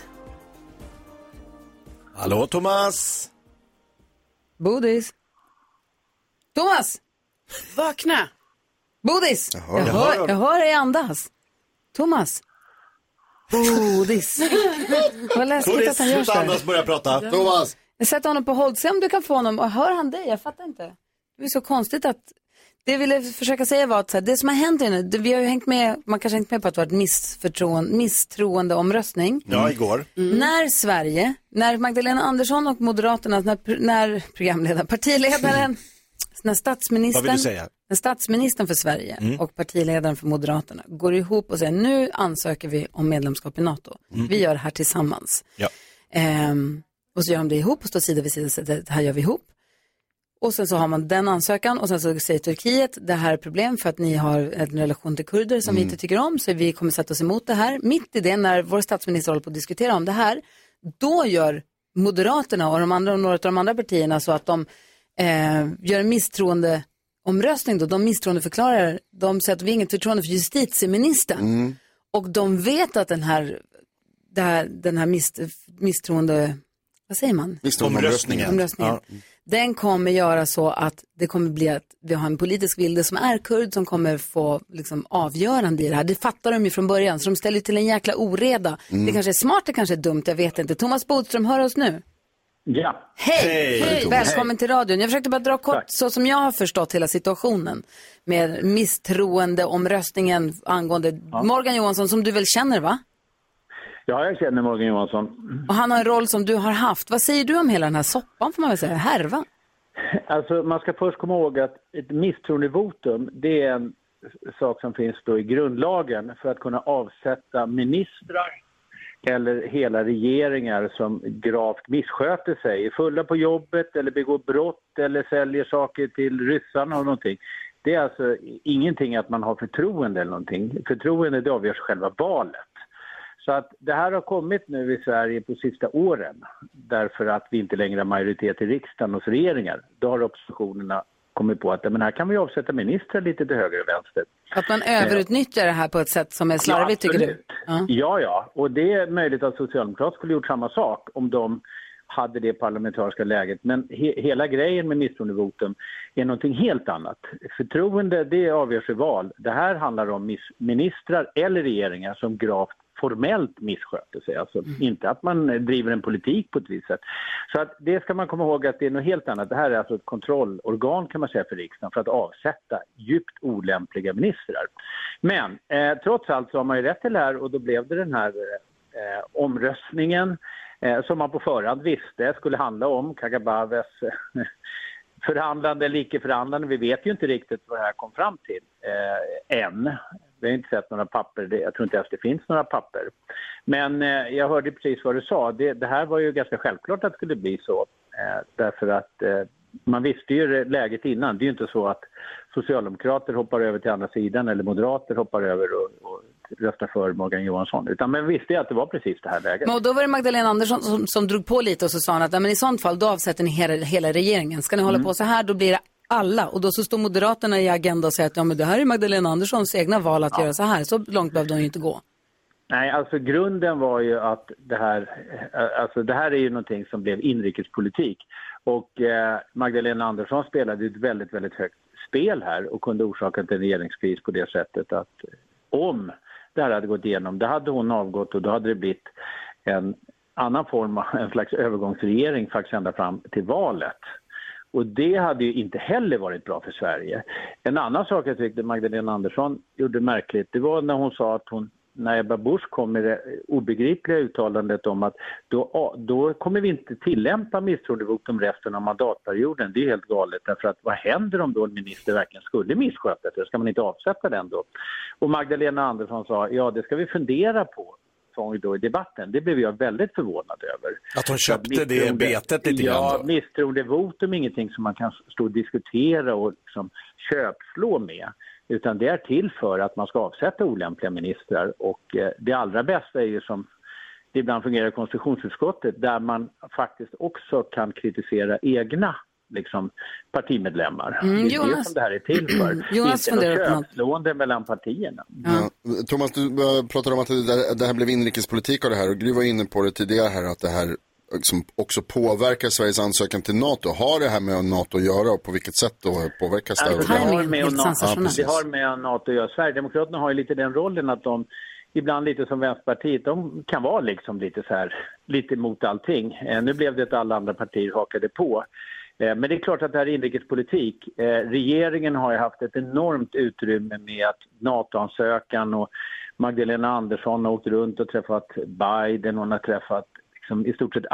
Hallå, Thomas. Bodis. Thomas! Vakna! Bodis! Jag hör dig andas. Thomas. Bodis. Vad läskigt att han gör så. Andas, börja prata. Thomas! Jag sätter honom på håll. Se om du kan få honom. Och hör han dig? Jag fattar inte. Det är så konstigt att... Det jag ville försöka säga var att så här, det som har hänt nu, vi har ju hängt med, man kanske hängt med på att det var ett misstroende omröstning. Ja, igår. När Magdalena Andersson och Moderaterna, när partiledaren, när statsministern, vad vill du säga? När statsministern för Sverige och partiledaren för Moderaterna går ihop och säger nu ansöker vi om medlemskap i NATO. Vi gör det här tillsammans. Ja. Och så gör de det ihop och står sida vid sida, så det här gör vi ihop. Och sen så har man den ansökan och sen så säger Turkiet det här är problem för att ni har en relation till kurder som vi inte tycker om, så vi kommer sätta oss emot det här. Mitt i det, när vår statsminister håller på att diskutera om det här, då gör Moderaterna och några av de andra partierna så att de gör en misstroende omröstning då. De misstroendeförklarar, de säger att vi har inget förtroende för justitieministern. Och de vet att den här misstroende, vad säger man? Omröstningen. Ja. Den kommer göra så att det kommer bli att vi har en politisk vilde som är kurd som kommer få liksom avgörande i det här. Det fattar de ju från början, så de ställer till en jäkla oreda. Det kanske är smart, det kanske är dumt, jag vet inte. Thomas Bodström, hör oss nu? Ja. Hej! Välkommen till radion. Jag försökte bara dra kort så som jag har förstått hela situationen med misstroende omröstningen angående Morgan Johansson, som du väl känner, va? Ja, jag känner Morgan Johansson. Och han har en roll som du har haft. Vad säger du om hela den här soppan, får man väl säga, härva? Alltså, man ska först komma ihåg att ett misstroendevotum, det är en sak som finns då i grundlagen för att kunna avsätta ministrar eller hela regeringar som gravt missköter sig, är fulla på jobbet eller begår brott eller säljer saker till ryssarna och någonting. Det är alltså ingenting att man har förtroende eller någonting. Förtroende, det avgörs själva valet. Så att det här har kommit nu i Sverige på sista åren därför att vi inte längre har majoritet i riksdagen och regeringar. Då har oppositionerna kommit på att men här kan vi avsätta ministrar lite till höger och vänster. Att man överutnyttjar det här på ett sätt som är slarvigt, tycker du? Ja. Och det är möjligt att Socialdemokraterna skulle gjort samma sak om de hade det parlamentariska läget. Men hela grejen med misstroendevotum är någonting helt annat. Förtroende, det avgörs i val. Det här handlar om ministrar eller regeringar som gravt formellt missköter sig. Alltså inte att man driver en politik på ett visst sätt. Så att det ska man komma ihåg att det är något helt annat. Det här är alltså ett kontrollorgan, kan man säga, för riksdagen för att avsätta djupt olämpliga ministrar. Men trots allt så har man ju rätt till det här, och då blev det den här omröstningen som man på förhand visste skulle handla om Kagabaves förhandlande eller icke-förhandlande. Vi vet ju inte riktigt vad det här kom fram till än. Vi har inte sett några papper. Jag tror inte ens det finns några papper. Men jag hörde precis vad du sa. Det här var ju ganska självklart att det skulle bli så. Därför att man visste ju läget innan. Det är ju inte så att socialdemokrater hoppar över till andra sidan eller moderater hoppar över och röstar för Morgan Johansson. Utan man visste ju att det var precis det här läget. Men då var det Magdalena Andersson som drog på lite och så sa han att men i sånt fall då avsätter ni hela regeringen. Ska ni hålla på så här, då blir det alla. Och då så står Moderaterna i Agenda och säger att men det här är Magdalena Anderssons egna val att göra så här. Så långt behövde hon ju inte gå. Nej, alltså grunden var ju att det här är ju någonting som blev inrikespolitik. Och Magdalena Andersson spelade ju ett väldigt, väldigt högt spel här och kunde orsaka en regeringskris på det sättet att om det här hade gått igenom, då hade hon avgått och då hade det blivit en annan form av en slags övergångsregering faktiskt ända fram till valet. Och det hade ju inte heller varit bra för Sverige. En annan sak jag tyckte Magdalena Andersson gjorde märkligt, det var när hon sa att när Ebba Busch kom med det obegripliga uttalandet om att då kommer vi inte tillämpa misstroendevotum resten av mandatperioden. Det är helt galet, därför att vad händer om då en minister verkligen skulle missköta det? Ska man inte avsätta den då? Och Magdalena Andersson sa, ja det ska vi fundera på. Då i debatten. Det blev jag väldigt förvånad över. Att hon köpte det betet lite grann då? Ja, misstroendevotum är ingenting som man kan stå och diskutera och liksom köpslå med. Utan det är till för att man ska avsätta olämpliga ministrar. Och det allra bästa är ju som det ibland fungerar i konstitutionsutskottet där man faktiskt också kan kritisera egna partimedlemmar. Det är det som det här är till för. Jonas inte något köpslående mellan partierna. Ja. Thomas, du pratade om att det här blev inrikespolitik av det här och Gry var inne på det tidigare här att det här också påverkar Sveriges ansökan till NATO. Har det här med NATO att göra och på vilket sätt då påverkas det? Det har med NATO att göra. Sverigedemokraterna har ju lite den rollen att de ibland lite som Vänsterpartiet, de kan vara lite emot allting. Nu blev det att alla andra partier hakade på. Men det är klart att det här är inrikespolitik. Regeringen har ju haft ett enormt utrymme med att NATO-ansökan och Magdalena Andersson har åkt runt och träffat Biden och hon har träffat i stort sett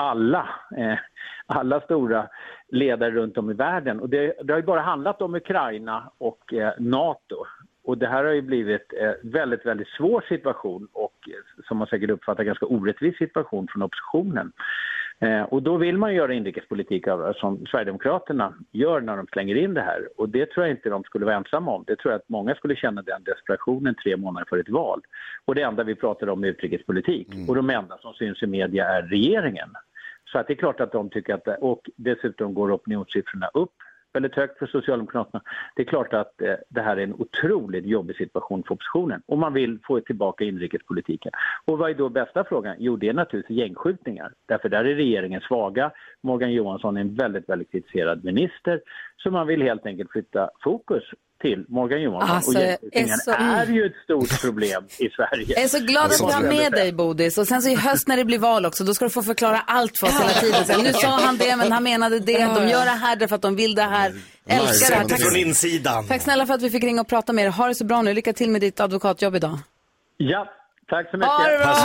alla stora ledare runt om i världen. Och det har ju bara handlat om Ukraina och NATO. Och det här har ju blivit en väldigt, väldigt svår situation och som man säkert uppfattar ganska orättvis situation från oppositionen. Och då vill man göra inrikespolitik av som Sverigedemokraterna gör när de slänger in det här. Och det tror jag inte de skulle vara ensamma om. Det tror jag att många skulle känna den desperationen 3 månader för ett val. Och det enda vi pratar om är utrikespolitik. Och de enda som syns i media är regeringen. Så att det är klart att de tycker att, och dessutom går opinionssiffrorna upp väldigt högt för Socialdemokraterna. Det är klart att det här är en otroligt jobbig situation för oppositionen. Och man vill få tillbaka inrikespolitiken. Och vad är då bästa frågan? Jo, det är naturligtvis gängskjutningar. Därför där är regeringen svaga. Morgan Johansson är en väldigt, väldigt kritiserad minister. Så man vill helt enkelt flytta fokus till Morgan Johansson. Alltså, och gängskjutningen är ju ett stort problem i Sverige. Jag är så glad att du har med dig, Bodis. Och sen så i höst när det blir val också, då ska du få förklara allt för oss hela tiden. Så nu sa han det, men han menade det. De gör det här därför att de vill det här. Älskar det här. Tack från insidan. Tack snälla för att vi fick ringa och prata med er. Ha det så bra nu. Lycka till med ditt advokatjobb idag. Ja, tack så mycket. Ha det bra.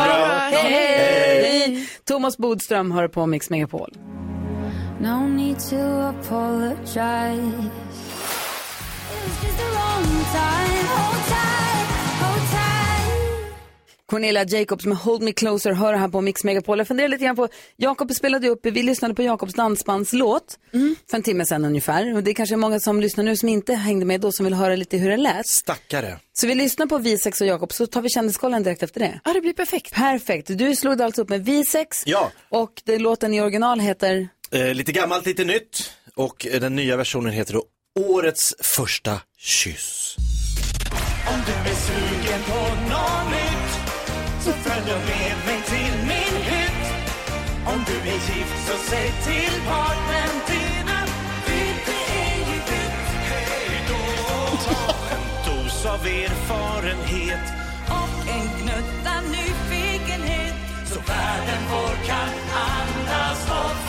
Hej. Thomas Bodström hör på Mix Megapol. No need to apologize. Cornelia Jacobs med Hold Me Closer hör här på Mix Megapol. Jag funderar lite grann på, Jakob spelade upp, vi lyssnade på Jakobs dansbandslåt för en timme sedan ungefär. Och det är kanske många som lyssnar nu som inte hängde med då som vill höra lite hur det lät. Stackare. Så vi lyssnar på V6 och Jakob, så tar vi kändiskollen direkt efter det. Ja, det blir perfekt. Perfekt. Du slog alltså upp med V6 och låten i original heter? Lite gammalt, lite nytt. Och den nya versionen heter då Årets första kyss. Om du är sugen på något nytt så följ med mig till min hytt. Om du är gift så säg till partnern din att byte är ju bytt. Hej då. Ta en dos av erfarenhet och en gnutta nyfikenhet så världen vår kan andas och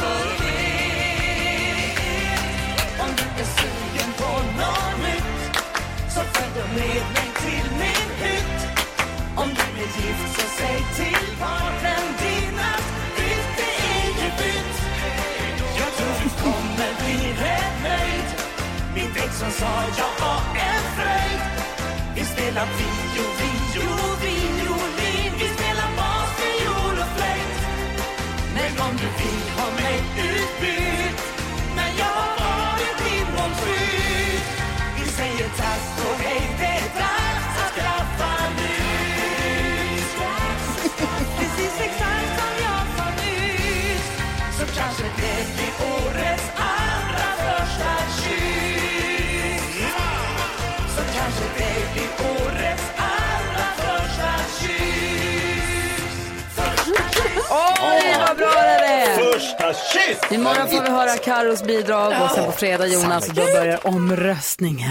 förled. Om du är sugen på något nytt så följ med mig till min hytt. Om du är gift så säg till partnern din att byte är ju bytt. Jag tror vi kommer bli rätt nöjd. Min dejt som sa jag var en fröjd. Vi spelar violin. Vi spelar bas, fiol och flöjt. Men om du vill ha mig utbytt när jag har varit inomskydd. Vi säger tack och hej, det är dags att skaffa nytt. Precis exakt som jag sa nyss. Så kanske det blir årets allra första kyss. Så kanske det blir årets allra första kyss. Oj, vad bra det är! Första kyss! Imorgon får vi höra Karos bidrag och sen på fredag Jonas och då börjar omröstningen.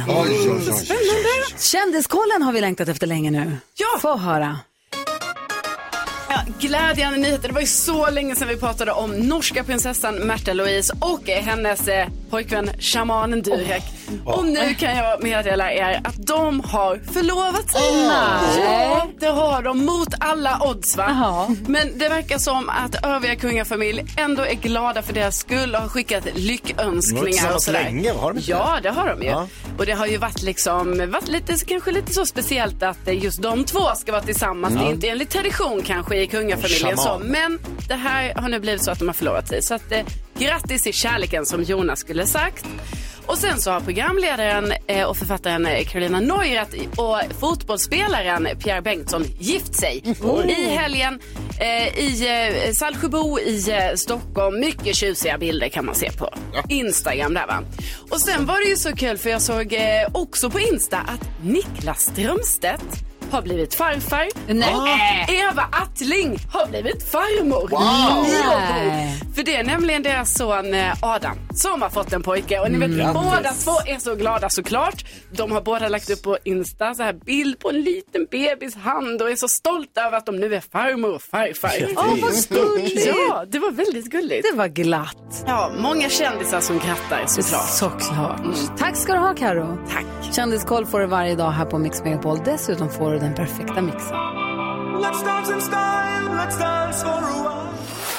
Spännande! Kändiskollen har vi längtat efter länge nu. Ja! Få höra. Ja, glädjande nyheter. Det var ju så länge sedan vi pratade om norska prinsessan Märtha Louise och hennes pojkvän shamanen Durek. Och nu kan jag meddela er att de har förlovat sig. Ja, det har de mot alla odds, va? Men det verkar som att övriga kungafamilj ändå är glada för deras skull och har skickat lyckönskningar och sådär. Länge, har de inte? Ja, det har de ju. Ja. Och det har ju varit lite, kanske lite så speciellt att just de två ska vara tillsammans. Det är inte enligt tradition kanske i kungafamiljen så. Men det här har nu blivit så att de har förlovat sig. Så att grattis i kärleken, som Jonas skulle sagt. Och sen så har programledaren och författaren Carolina Neurath och fotbollsspelaren Pierre Bengtsson gift sig i helgen i Saltsjöbo i Stockholm. Mycket tjusiga bilder kan man se på Instagram där, va? Och sen var det ju så kul, för jag såg också på Insta att Niklas Strömstedt har blivit farfar. Eva Attling har blivit farmor. För det är nämligen deras son Adam som har fått en pojke. Och ni vet, båda två är så glada såklart. De har båda lagt upp på Insta så här bild på en liten bebis hand och är så stolta över att de nu är farmor och farfar. Vad gulligt. Ja, det var väldigt gulligt. Det var glatt. Ja, många kändisar som grattar såklart. Såklart. Tack ska du ha, Karo. Tack. Kändiskoll får du varje dag här på Mix Megapol. Dessutom får du den perfekta mixen. Let's dance in style, let's dance for a while.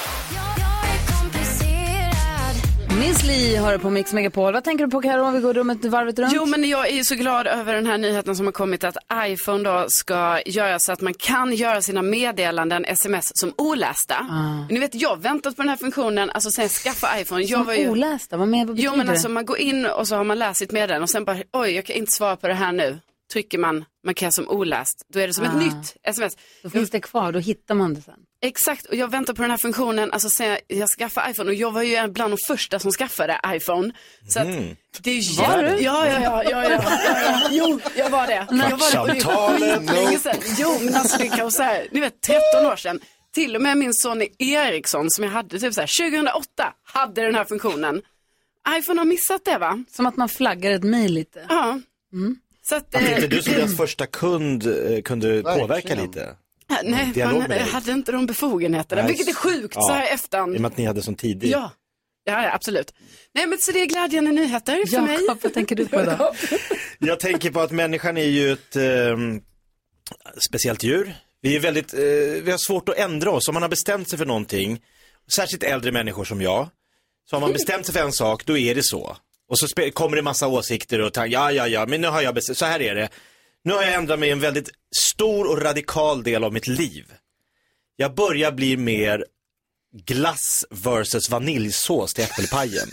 Miss Li har du på Mix Megapol. Vad tänker du på, Karo, om vi går rummet varvet runt? Jo, men jag är ju så glad över den här nyheten som har kommit att iPhone då ska göra så att man kan göra sina meddelanden, sms, som olästa. Ni vet, jag har väntat på den här funktionen, alltså sen jag skaffade iPhone. Jag var ju olästa? Vad betyder Jo, men alltså man går in och så har man läst sitt meddelande och sen bara, oj, jag kan inte svara på det här nu. Trycker man markera som oläst, då är det som ett nytt sms. Då finns det kvar, då hittar man det sen. Exakt, och jag väntar på den här funktionen, alltså sen jag skaffade iPhone, och jag var ju bland de första som skaffade iPhone. Så att det är Var du? Ja. Jo, jag var det. Jo, men alltså det kan så här, ni vet, 13 år sedan. Till och med min son Eriksson som jag hade typ så här 2008 hade den här funktionen. iPhone har missat det, va? Som att man flaggar ett mejl lite. Ja. Så att inte du som deras första kund kunde påverka lite? Nej, man hade inte de befogenheterna, vilket är sjukt så här efterhand. I och med att ni hade som tidigt. Ja, absolut. Nej, men så det är glädjande nyheter för mig. Jakob, vad tänker du på då? Jag tänker på att människan är ju ett speciellt djur. Vi är väldigt, vi har svårt att ändra oss. Om man har bestämt sig för någonting, särskilt äldre människor som jag, så har man bestämt sig för en sak, då är det så. Och så kommer det massa åsikter och tankar, men nu har jag bestämt, så här är det. Nu har jag ändrat mig en väldigt stor och radikal del av mitt liv. Jag börjar bli mer glass versus vaniljsås till äppelpajen.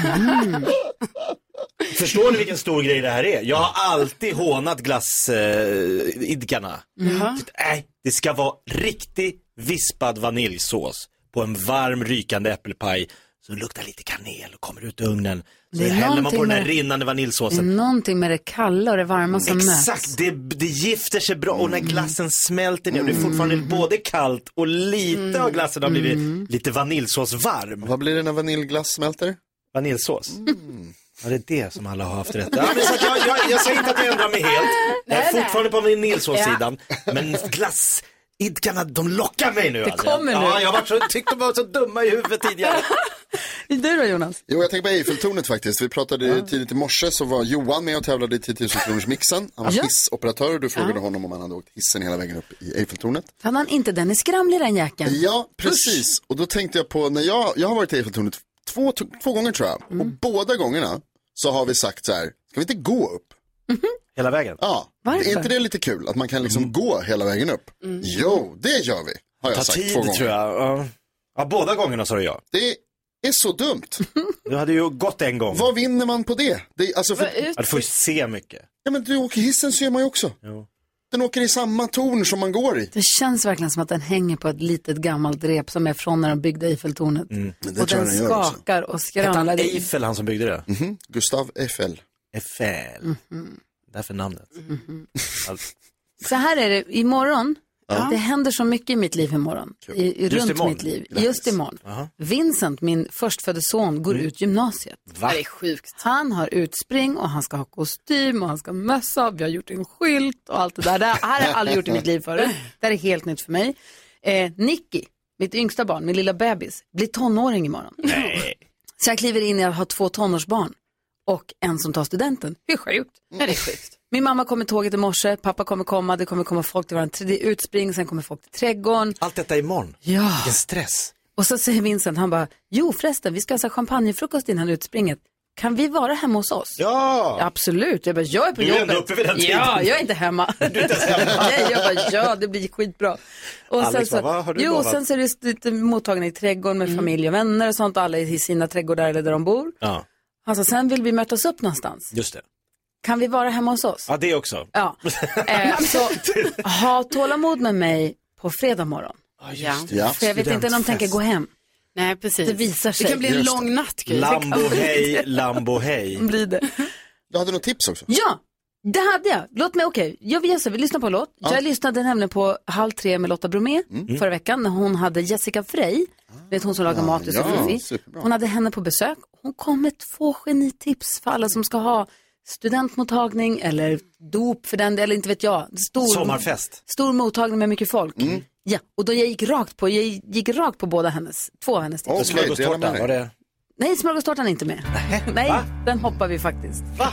Förstår ni vilken stor grej det här är? Jag har alltid hånat glassidkarna. Nej, det ska vara riktig vispad vaniljsås på en varm rykande äppelpaj. Så luktar lite kanel och kommer ut ur ugnen. Så häller man på den här rinnande vaniljsåsen. Det är någonting med det kalla och det varma som möts. Exakt, det gifter sig bra. Och när glassen smälter ner, det är fortfarande både kallt och lite av glassen har blivit lite vaniljsås varm. Vad blir det när vaniljglass smälter? Vaniljsås. Ja, det är det som alla har haft rätt. Ja, men så att jag säger inte att jag ändrar mig helt. Jag är fortfarande på vaniljsåssidan. Men glassidkarna, de lockar mig nu. Det kommer nu. Ja, jag tyckte de var så dumma i huvudet tidigare. Du då, Jonas? Jo, jag tänker på Eiffeltornet faktiskt. Vi pratade tidigt i morse, så var Johan med och tävlade i 10 000 kronors mixen. Han var hissoperatör och du frågade honom om han hade åkt hissen hela vägen upp i Eiffeltornet. Hade han inte den i skramlig, den jäkeln? Ja, precis. Och då tänkte jag på, när jag har varit i Eiffeltornet två gånger tror jag. Och båda gångerna så har vi sagt så här, ska vi inte gå upp? Hela vägen? Ja. Varför? Är inte det lite kul att man kan liksom gå hela vägen upp? Jo, det gör vi. Har jag sagt 2 gånger. Tror jag. Ja, båda gångerna sa jag. Det är så dumt. Du hade ju gått en gång. Vad vinner man på det? Alltså du får ju se mycket. Ja, men du åker hissen ser man ju också. Jo. Den åker i samma torn som man går i. Det känns verkligen som att den hänger på ett litet gammalt rep som är från när de byggde Eiffeltornet. Och den skakar och skramlar. Hette han Eiffel, han som byggde det? Gustav Eiffel. Eiffel. Därför namnet. Så här är det, imorgon. Det händer så mycket i mitt liv imorgon. Runt mitt liv. Just imorgon. Vincent, min förstfödde son, går ut gymnasiet. Va? Det är sjukt. Han har utspring och han ska ha kostym och han ska ha mössa. Vi har gjort en skylt och allt det där. Det här har jag aldrig gjort i mitt liv förut. Det här är helt nytt för mig. Nicky, mitt yngsta barn, min lilla bebis, blir tonåring imorgon. Nej. Så jag kliver in i att ha 2 tonårsbarn och en som tar studenten. Hur sjukt? Ja, det är sjukt. Min mamma kommer tåget i morse, pappa kommer komma, det kommer komma folk till våran utspring, sen kommer folk till trädgården. Allt detta imorgon. Ja. Vilken stress. Och så säger Vincent, han bara, jo förresten, vi ska ha champagnefrukost innan utspringet. Kan vi vara hemma hos oss? Ja. Absolut. Jag bara, jag är på du är jobbet. ändå uppe vid den tiden. Ja, jag är inte hemma. Du är inte ens hemma. Nej, jag bara, ja, det blir skitbra. Och Alex, sen så, vad har du jo, lovat? sen så är det lite mottagning i trädgården med familj och vänner och sånt. Och alla är i sina trädgårdar eller där de bor. Ja, Alltså, sen vill vi mötas upp någonstans. just det. Kan vi vara hemma hos oss? Ja, det också. Ja. Så ha tålamod med mig på fredag morgon. Ja. Ja. För jag vet inte om de tänker gå hem. Nej, precis. Det visar sig. Det kan bli en lång natt. Lambo hej. Blir det. Du hade något tips också? Ja, det hade jag. Låt mig, jag vill lyssna på en låt. Jag lyssnade nämligen på 2:30 med Lotta Bromé förra veckan när hon hade Jessica Frey. Vet hon som lagar mat i Sofifi. Hon hade henne på besök. Hon kom med 2 genitips för alla som ska ha studentmottagning eller dop för den, eller inte vet jag. Sommarfest. Stor mottagning med mycket folk. Ja, och då jag gick rakt på båda två av hennes tips. Okay, smörgåstårta, var det? Nej, smörgåstårtan är inte med. Nej, den hoppar vi faktiskt. Va?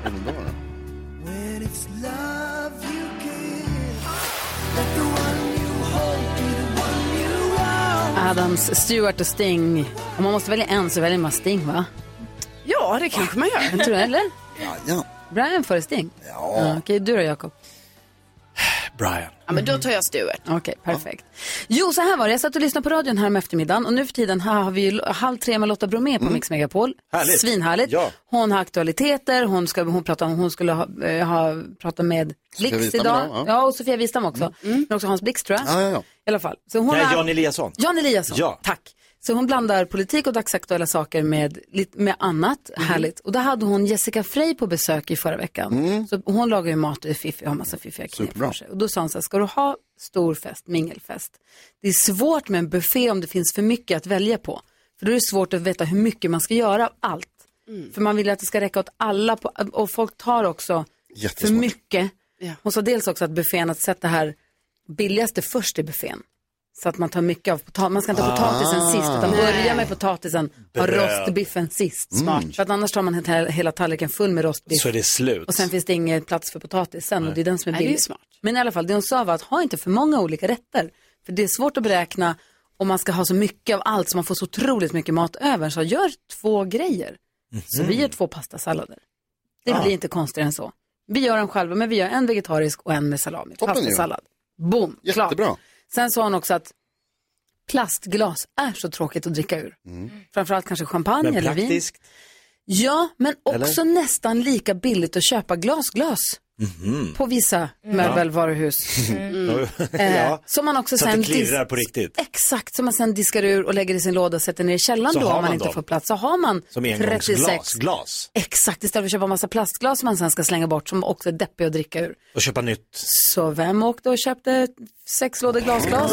Adams, Stewart och Sting. Om man måste välja en så väljer man Sting, va? Ja, det kanske man gör. Jag tror det, eller? Ja. Brian före Sting? Ja. Okej, du då, Jakob? Brian. Ja, men då tar jag Stewart. Okej, perfekt. Jo, så här var det. Jag satt och lyssnade på radion här med eftermiddagen. Och nu för tiden här har vi ju 2:30 med Lotta Bromé på Mix Megapol. Härligt. Svinhärligt. Ja. Hon har aktualiteter. Hon skulle ha pratat med Blixt idag. Ja, och Sofia Wistam också. Men också Hans Blixt, tror jag. Ja. I alla fall. Så hon Jan Eliasson. Jan Eliasson, ja. Tack. Så hon blandar politik och dagsaktuella saker med annat. Härligt. Och då hade hon Jessica Frey på besök i förra veckan. Så hon lagar ju mat och är fiffig och har massa fiffiga knep för sig. Och då sa hon så här, ska du ha stor fest, mingelfest? Det är svårt med en buffé om det finns för mycket att välja på. För då är det svårt att veta hur mycket man ska göra av allt. För man vill att det ska räcka åt alla. Och folk tar också för mycket. Ja. Hon sa dels också att buffén, att sätta här billigaste först i buffén. Så att man tar mycket av potatisen. Man ska inte ha potatisen sist, utan börja med potatisen och rostbiffen sist. Smart. För att annars tar man hela tallriken full med rostbiff. Så är det slut. Och sen finns det ingen plats för potatisen. Och det är den som är billig. Det är smart. Men i alla fall, det hon sa var att ha inte för många olika rätter. För det är svårt att beräkna om man ska ha så mycket av allt så man får så otroligt mycket mat över. Så gör 2 grejer. Så vi gör 2 pastasallader. Det blir inte konstigare än så. Vi gör dem själva, men vi gör en vegetarisk och en med salami. Pastasallad. Boom, klart. Jättebra. Sen sa hon också att plastglas är så tråkigt att dricka ur. Framförallt kanske champagne eller vin. Praktiskt. Ja, men också nästan lika billigt att köpa glas på vissa möbelvaruhus. Som man också så sen att det klirrar på riktigt. Exakt, som man sen diskar ur och lägger i sin låda och sätter ner i källaren Så då har om man man inte dem. får plats. Så har man Som 36 glas. Exakt, istället för att köpa en massa plastglas som man sen ska slänga bort som också är deppiga att dricka ur. Och köpa nytt. Så vem åkte och köpte 6 lådor glasglas?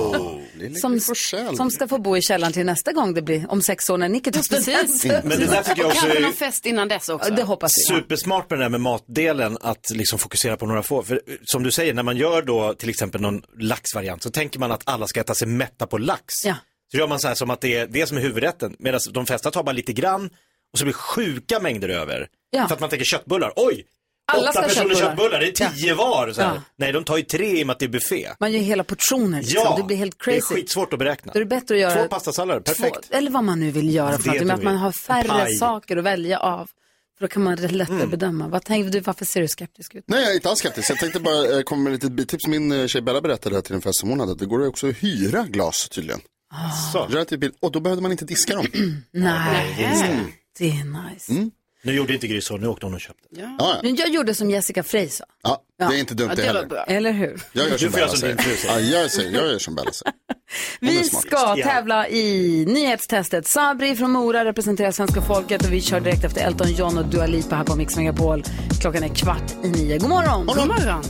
Som ska få bo i källaren till nästa gång det blir om 6 år när Nicky tar Precis. Men det där tycker jag Och också kanske är någon fest innan dess också. det hoppas vi. supersmart med det där med matdelen, att liksom fokusera på några få. För som du säger, när man gör då till exempel någon laxvariant så tänker man att alla ska äta sig mätta på lax. Ja. Så gör man så här som att det är det som är huvudrätten, medan de flesta tar bara lite grann och så blir sjuka mängder över. Ja. För att man tänker köttbullar, oj! Alla 8 ska ha personer köttbullar. köttbullar, det är 10 var. Så här. Ja. Nej, de tar ju 3 i och med att det är buffé. Man gör hela portioner liksom. Ja, Det blir helt det crazy. är skitsvårt att beräkna. Då är det bättre att göra 2 pastasallader, perfekt. eller vad man nu vill göra för Det något, med att du man vill. har färre Paj. saker att välja av. För då kan man lättare bedöma. Vad tänker du, varför ser du skeptisk ut? Nej, jag är inte alls skeptisk. Jag tänkte bara komma med lite bitips. Min tjej Bella berättade här till en fest som hon hade. Det går också att hyra glas tydligen. Och då behövde man inte diska dem. Nej, det är nice. Nu gjorde inte Gry så, nu åkte hon och köpte. Men jag gjorde som Jessica Frey sa. Ja, det är inte dumt det heller. Bra. Eller hur? Jag gör som Du får göra Bella som din fru säger. säger. Ja, jag gör som Bella säger. Vi ska tävla i nyhetstestet. Sabri från Mora representerar svenska folket och vi kör direkt efter Elton John och Dua Lipa här på Mix Megapol. Klockan är 8:45. God morgon! God morgon.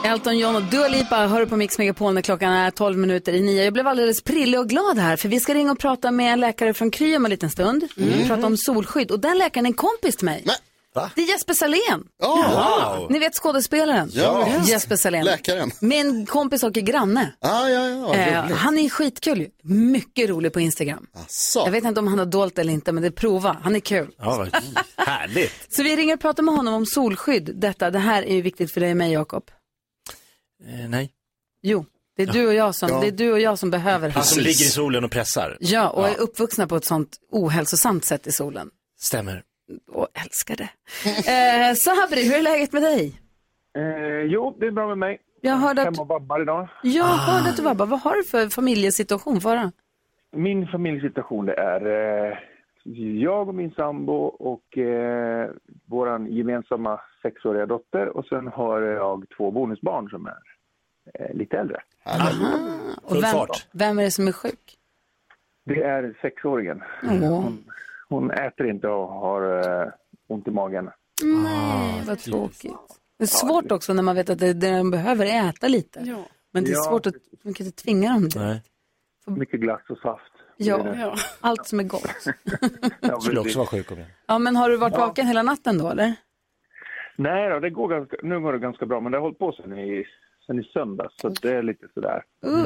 Elton John och Dua Lipa hör på Mix Megapol när klockan är 12:12. Jag blev alldeles prillig och glad här, för vi ska ringa och prata med en läkare från Kry om en liten stund. Prata om solskydd, och den läkaren är en kompis till mig. Va? Det är Jesper Salén. Wow. Ni vet skådespelaren? Ja. Jesper Salén. Läkaren. Min kompis och granne. Han är skitkul. Mycket rolig på Instagram. Asså. Jag vet inte om han har dolt eller inte, men det prova. Han är kul. Ja, härligt. Så vi ringer och pratar med honom om solskydd. Det här är ju viktigt för dig och mig, Jakob. Nej. Jo, det är du och jag som, det är du och jag som behöver. Han som ligger i solen och pressar. Ja, och är uppvuxna på ett sånt ohälsosamt sätt i solen. Stämmer. Och älskar det. Sabri, hur är läget med dig? Jo, det är bra med mig. Jag hörde att... Hemma och vabbar idag. Jag hörde att du vabbar. Vad har du för familjesituation för? Min familjesituation, det är jag och min sambo och våran gemensamma 6-åriga dotter. Och sen har jag 2 bonusbarn som är lite äldre. Och vem är det som är sjuk? Det är 6-åringen. Hon äter inte och har ont i magen. Nej, vad tråkigt. Det är svårt också när man vet att de behöver äta lite. Ja. Men det är svårt att man kan inte tvinga dem det. Nej. Mycket glass och saft. Ja, allt som är gott. Jag skulle också vara sjuk om det. Ja, men har du varit vaken hela natten då, eller? Nej då, nu går det ganska bra. Men det har hållit på sen i söndags. Så det är lite sådär.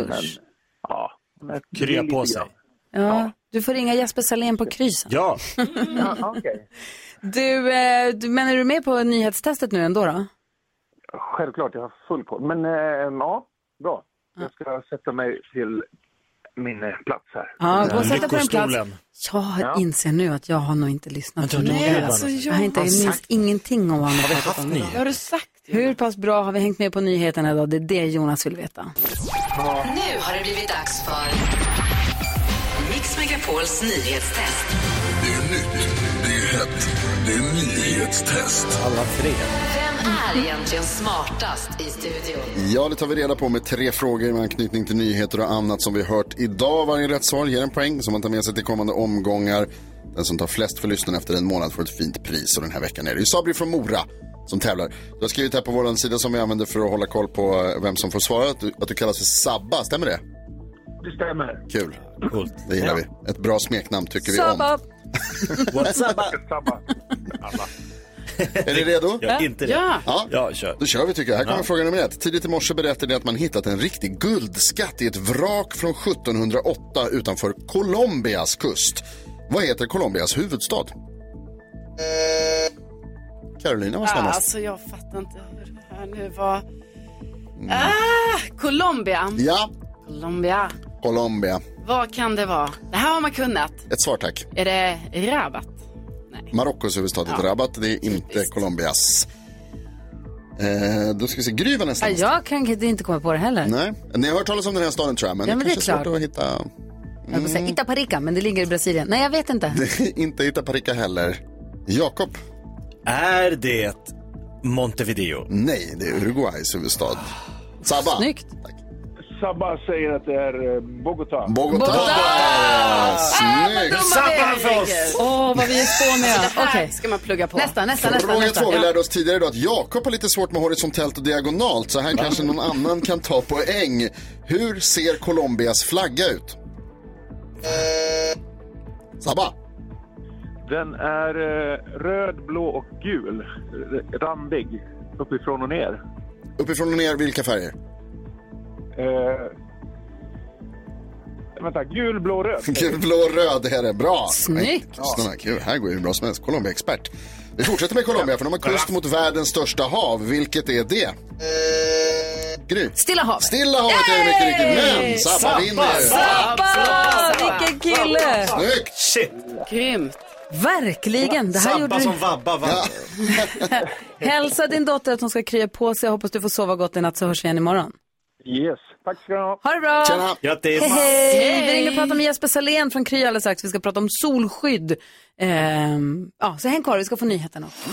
Men, krya på sig. Ja, du får ringa Jesper Salén på Krysen. Ja. Okej. Du, men är du med på nyhetstestet nu ändå då? Självklart, jag har full koll. Men ja, bra. Jag ska sätta mig till min plats här. Ja, gå och sätta på en plats. Jag inser nu att jag har nog inte lyssnat på det. Jag har inte minst ingenting om vad han har pratat om. Vad har du sagt? Hur pass bra har vi hängt med på nyheterna idag? Det är det Jonas vill veta. Nu har det blivit dags för Mix Megapols nyhetstest. Det är nytt, det är hett, det är nyhetstest. Alla 3. Vem är egentligen smartast i studion? Ja, det tar vi reda på med 3 frågor med anknytning till nyheter och annat som vi hört idag. Varje rätt svar ger en poäng som man tar med sig till kommande omgångar. Den som tar flest för lyssnarna efter en månad får ett fint pris. Och den här veckan är det ju Sabri från Mora som tävlar. Du har skrivit här på vår sida som vi använder för att hålla koll på vem som får svara att du kallas för Sabba, stämmer det? Det stämmer. Kul. Coolt. Det gillar vi. Ett bra smeknamn tycker Sabba. vi om. What's up? Är ni redo? Ja, inte det. Ja, kör. Då kör vi tycker jag. Här kommer fråga nummer 1. Tidigt i morse berättade att man hittat en riktig guldskatt i ett vrak från 1708 utanför Colombias kust. Vad heter Colombias huvudstad? Carolina var snabbast. Alltså jag fattar inte hur det här nu var. Colombia. Ja. Colombia. Vad kan det vara? Det här har man kunnat. Ett svar tack. Är det Rabat? Marockos huvudstad heter Rabat. Det är inte Colombias. Då ska vi se, Gry var nästan. Jag kan inte komma på det heller. Nej, ni har hört talas om den här staden tror jag. Men det är klart. Svårt att hitta. Jag vill säga Itaparica, men det ligger i Brasilien. Nej, jag vet inte. Det är inte Itaparica heller. Jakob. Är det Montevideo? Nej, det är Uruguays huvudstad. Sabba. Snyggt. Sabba säger att det är Bogotá. Snyggt. Sabba för oss. Vad vi är spåniga. Okej. Ska man plugga på. Nästa. Fråga 2. Vi lärde oss tidigare då att Jakob har lite svårt med horisontellt och diagonalt. Så här kanske någon annan kan ta poäng. Hur ser Colombias flagga ut? Sabba. Den är röd, blå och gul. Randig. Uppifrån och ner. Uppifrån och ner, vilka färger? Vänta, gul, blå, röd. Gul, blå, röd är det. Bra. Snyggt. Ja. Kul. Här går ju bra som helst. Colombia-expert. Vi fortsätter med Colombia för de har kust mot världens största hav. Vilket är det? Gry. Stilla havet. Stilla havet är mycket riktigt. Men Sabba vinner. Sabba! Vilken kille! Snyggt. Shit. Grymt. Verkligen. Det här Sabba gjorde du. som vabba. Ja. Hälsa din dotter att hon ska krya på sig. Jag hoppas du får sova gott i natt, så hörs vi igen imorgon. Yes, tack ska du ha. Ha det bra. Tjena. Grattis. Hej. Vi ringer och pratar med Jesper Salén från Kry alldeles strax. Vi ska prata om solskydd. Så häng kvar, vi ska få nyheterna också.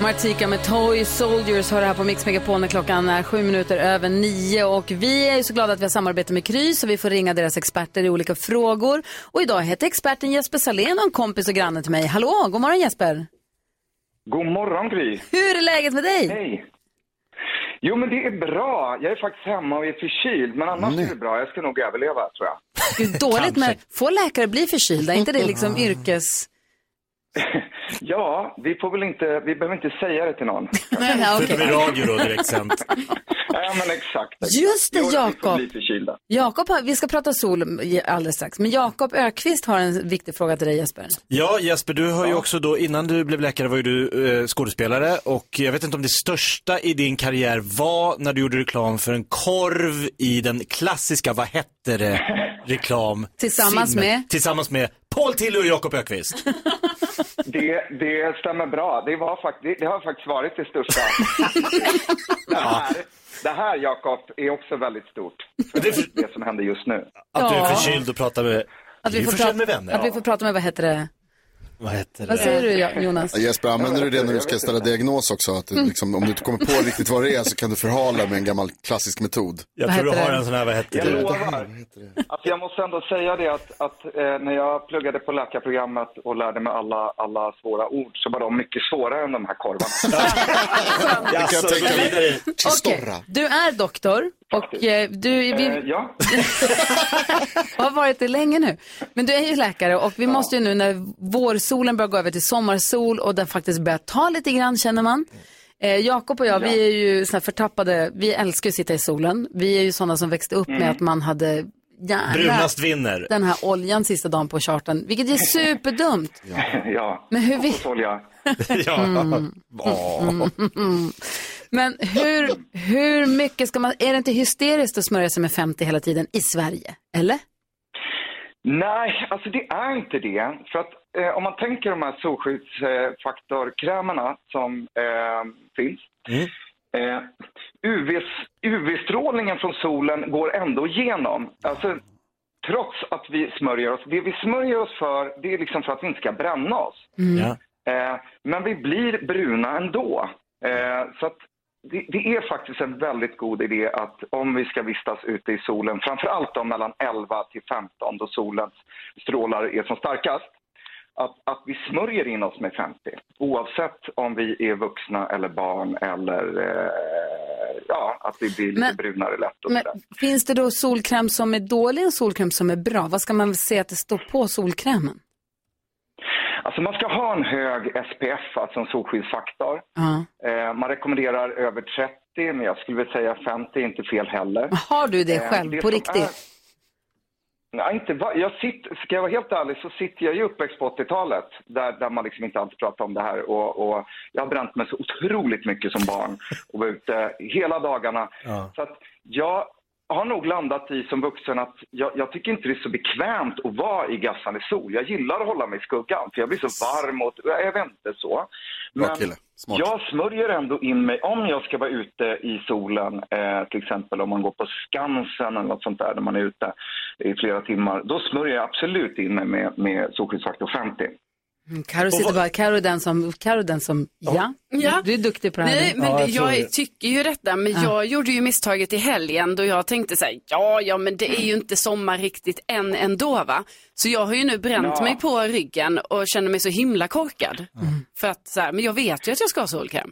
Martika med Toy Soldiers hör det här på Mix Megapol när klockan är 7:07 och vi är ju så glada att vi har samarbete med Kry så vi får ringa deras experter i olika frågor. Och idag heter experten Jesper Salén och en kompis och granne till mig. Hallå, god morgon Jesper. God morgon Kry. Hur är läget med dig? Hej. Jo men det är bra. Jag är faktiskt hemma och är förkyld men annars är det bra. Jag ska nog överleva tror jag. Det är dåligt med få läkare bli förkylda, inte det liksom yrkes... Ja, vi behöver inte säga det till någon. Förutom i radio då direkt sänt. Ja men exakt. Just det, Jakob. Jakob, vi ska prata sol alldeles strax. Men Jakob Ökvist har en viktig fråga till dig Jesper. Ja Jesper, du har ju också då, innan du blev läkare var ju du skådespelare. Och jag vet inte om det största i din karriär var när du gjorde reklam för en korv i den klassiska, vad hette det, reklam. Tillsammans med Paul Tilly och Jakob Ökvist. Det stämmer bra. Det har faktiskt varit det största. Det här Jakob, är också väldigt stort. Det som händer just nu. Att du är förkyld och pratar med... Att vi får prata med, vad heter det? Vad säger du Jonas? Jesper, använder du det när du ska ställa diagnos också? Att liksom, om du inte kommer på riktigt vad det är så kan du förhala med en gammal klassisk metod. Jag tror du har en sån här, vad heter det? Jag lovar. Alltså, jag måste ändå säga det att när jag pluggade på läkarprogrammet och lärde mig alla svåra ord så var de mycket svårare än de här korvarna. Okej, du är doktor och du har varit det länge nu. Men du är ju läkare och vi måste ju nu när vårsolen börjar gå över till sommarsol och den faktiskt börjar ta lite grann känner man. Jakob och jag, vi är ju såna förtappade, vi älskar att sitta i solen. Vi är ju sådana som växte upp med att man hade brunast vinner. Den här oljan sista dagen på charten, vilket är superdumt. Ja. Men hur vi... Men hur mycket ska man, är det inte hysteriskt att smörja sig med 50 hela tiden i Sverige, eller? Nej, alltså det är inte det. För att om man tänker de här solskyddsfaktorkrämerna som finns. UV-strålningen från solen går ändå igenom. Alltså trots att vi smörjer oss. Det vi smörjer oss för, det är liksom för att vi inte ska bränna oss. Men vi blir bruna ändå. Så att det är faktiskt en väldigt god idé att om vi ska vistas ute i solen, framförallt då mellan 11 till 15 då solens strålar är som starkast, att vi smörjer in oss med 50. Oavsett om vi är vuxna eller barn eller att vi blir lite brunare lätt. Och finns det då solkräm som är dålig och solkräm som är bra? Vad ska man se att det står på solkrämen? Alltså man ska ha en hög SPF, alltså en solskyddsfaktor. Man rekommenderar över 30, men jag skulle vilja säga 50 är inte fel heller. Har du det själv, på riktigt? Nej, ska jag vara helt ärlig så sitter jag ju uppväxt på 80-talet där man liksom inte alltid pratar om det här och jag har bränt mig så otroligt mycket som barn och var ute hela dagarna. Så att jag har nog landat i som vuxen att jag tycker inte det är så bekvämt att vara i gassande sol. Jag gillar att hålla mig i skuggan för jag blir så varm och jag vet inte så. Men jag smörjer ändå in mig om jag ska vara ute i solen, till exempel om man går på Skansen eller något sånt där man är ute i flera timmar. Då smörjer jag absolut in mig med solskyddsfaktor 50. Karo sitter bara, Karo den som du är duktig på det här. Nej, men jag tycker ju detta, men jag gjorde ju misstaget i helgen då jag tänkte så här, men det är ju inte sommar riktigt än ändå va. Så jag har ju nu bränt mig på ryggen och känner mig så himla korkad. För att så här, men jag vet ju att jag ska ha solkräm.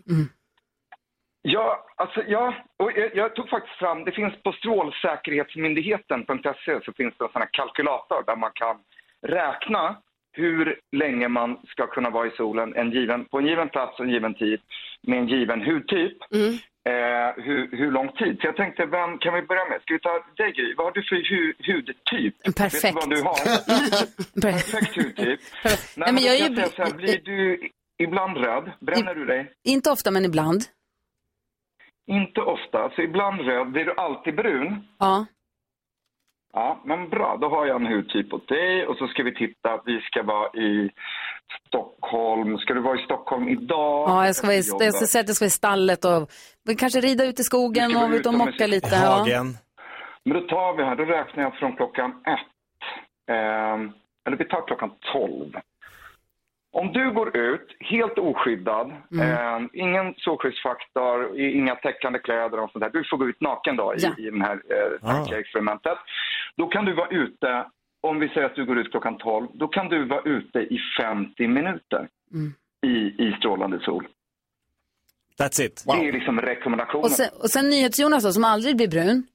Och jag tog faktiskt fram, det finns på strålsäkerhetsmyndigheten.se så finns det en sån här kalkylator där man kan räkna hur länge man ska kunna vara i solen på en given plats och en given tid med en given hudtyp. Hur lång tid. Så jag tänkte, vem kan vi börja med? Ska vi ta dig, Gry? Vad har du för hudtyp? Perfekt. Vet du vad du har? Perfekt hudtyp. Nej, men jag säga så här, blir du ibland röd? Bränner du dig? Inte ofta, men ibland. Inte ofta. Så ibland röd. Blir du alltid brun? Ja. Ja, men bra. Då har jag en hudtyp åt dig och så ska vi titta. Vi ska vara i Stockholm. Ska du vara i Stockholm idag? Ja, jag ska säga att jag ska vara i stallet och kanske rida ut i skogen och ut och mocka lite. Hagen. Men då tar vi här. Då räknar jag från klockan 1. Eller vi tar klockan 12. Om du går ut helt oskyddad, ingen solskyddsfaktor, inga täckande kläder och sånt där. Du får gå ut naken då i den här tankeexperimentet. Då kan du vara ute, om vi säger att du går ut klockan 12, då kan du vara ute i 50 minuter i strålande sol. That's it. Wow. Det är liksom rekommendationen. Och sen NyhetsJonas då, som aldrig blir brun.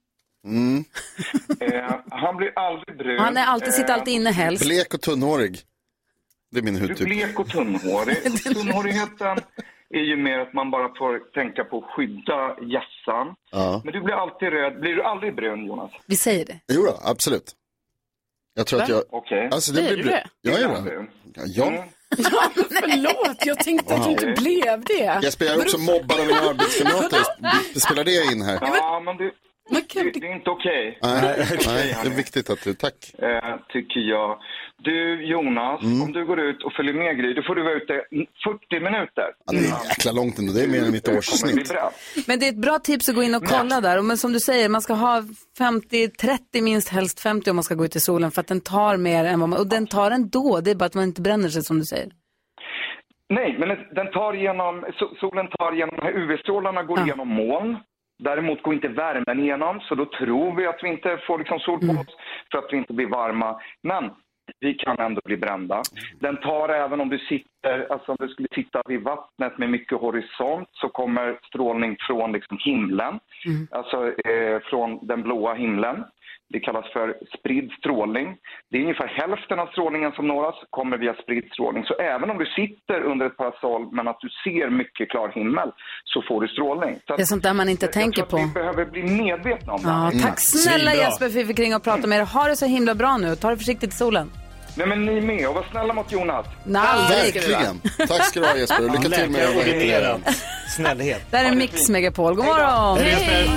Han blir aldrig brun. Han sitter alltid inne helst. Blek och tunnhårig. Det är min hudtyp. Du blek och tunnhårig. Tunnhårigheten är ju mer att man bara får tänka på att skydda hjässan. Ja. Men du blir alltid röd. Blir du aldrig brun, Jonas? Vi säger det. Jo då, absolut. Jag tror att jag... Okej. Alltså, det blir det? Jag är det. Ja. Ja, förlåt, jag tänkte att du inte blev det. Jesper, jag är också mobbad av mina arbetskamrater. Spelar det in här? Ja, men det är inte okej. Nej, det är viktigt att du... Tack. Tycker jag. Du, Jonas, om du går ut och följer med Gry, då får du vara ute 40 minuter. Ja, det är jäkla långt ändå. Det är mer än mitt årssnitt. Men det är ett bra tips att gå in och kolla där. Men som du säger, man ska ha 50-30, minst helst 50 om man ska gå ut i solen. För att den tar mer än vad man... Och den tar ändå. Det är bara att man inte bränner sig, som du säger. Nej, men solen tar igenom, de här UV-strålarna går igenom moln. Däremot går inte värmen igenom, så då tror vi att vi inte får liksom sol på oss för att vi inte blir varma. Men vi kan ändå bli brända. Den tar även om du skulle sitta vid vattnet med mycket horisont, så kommer strålning från liksom himlen. Alltså från den blåa himlen. Det kallas för spridd strålning. Det är ungefär hälften av strålningen som når oss kommer via spridd strålning. Så även om du sitter under ett parasoll men att du ser mycket klar himmel, så får du strålning. Så det är sånt där man inte tänker på. Vi behöver bli medvetna om det. Tack snälla Jesper för att vi fick ringa och prata med er. Ha det så himla bra nu. Ta det försiktigt i solen. Nej, men ni med. Och var snälla mot Jonas. Verkligen. Tack ska du ha, Jesper. Lycka till med snällhet. Där är Mix Megapol. God morgon. Hej.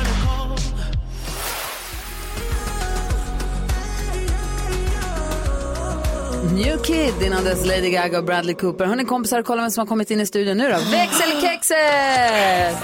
New Kid innan dess Lady Gaga och Bradley Cooper. Hörrni kompisar, kolla vem som har kommit in i studion nu då. Växelkexet!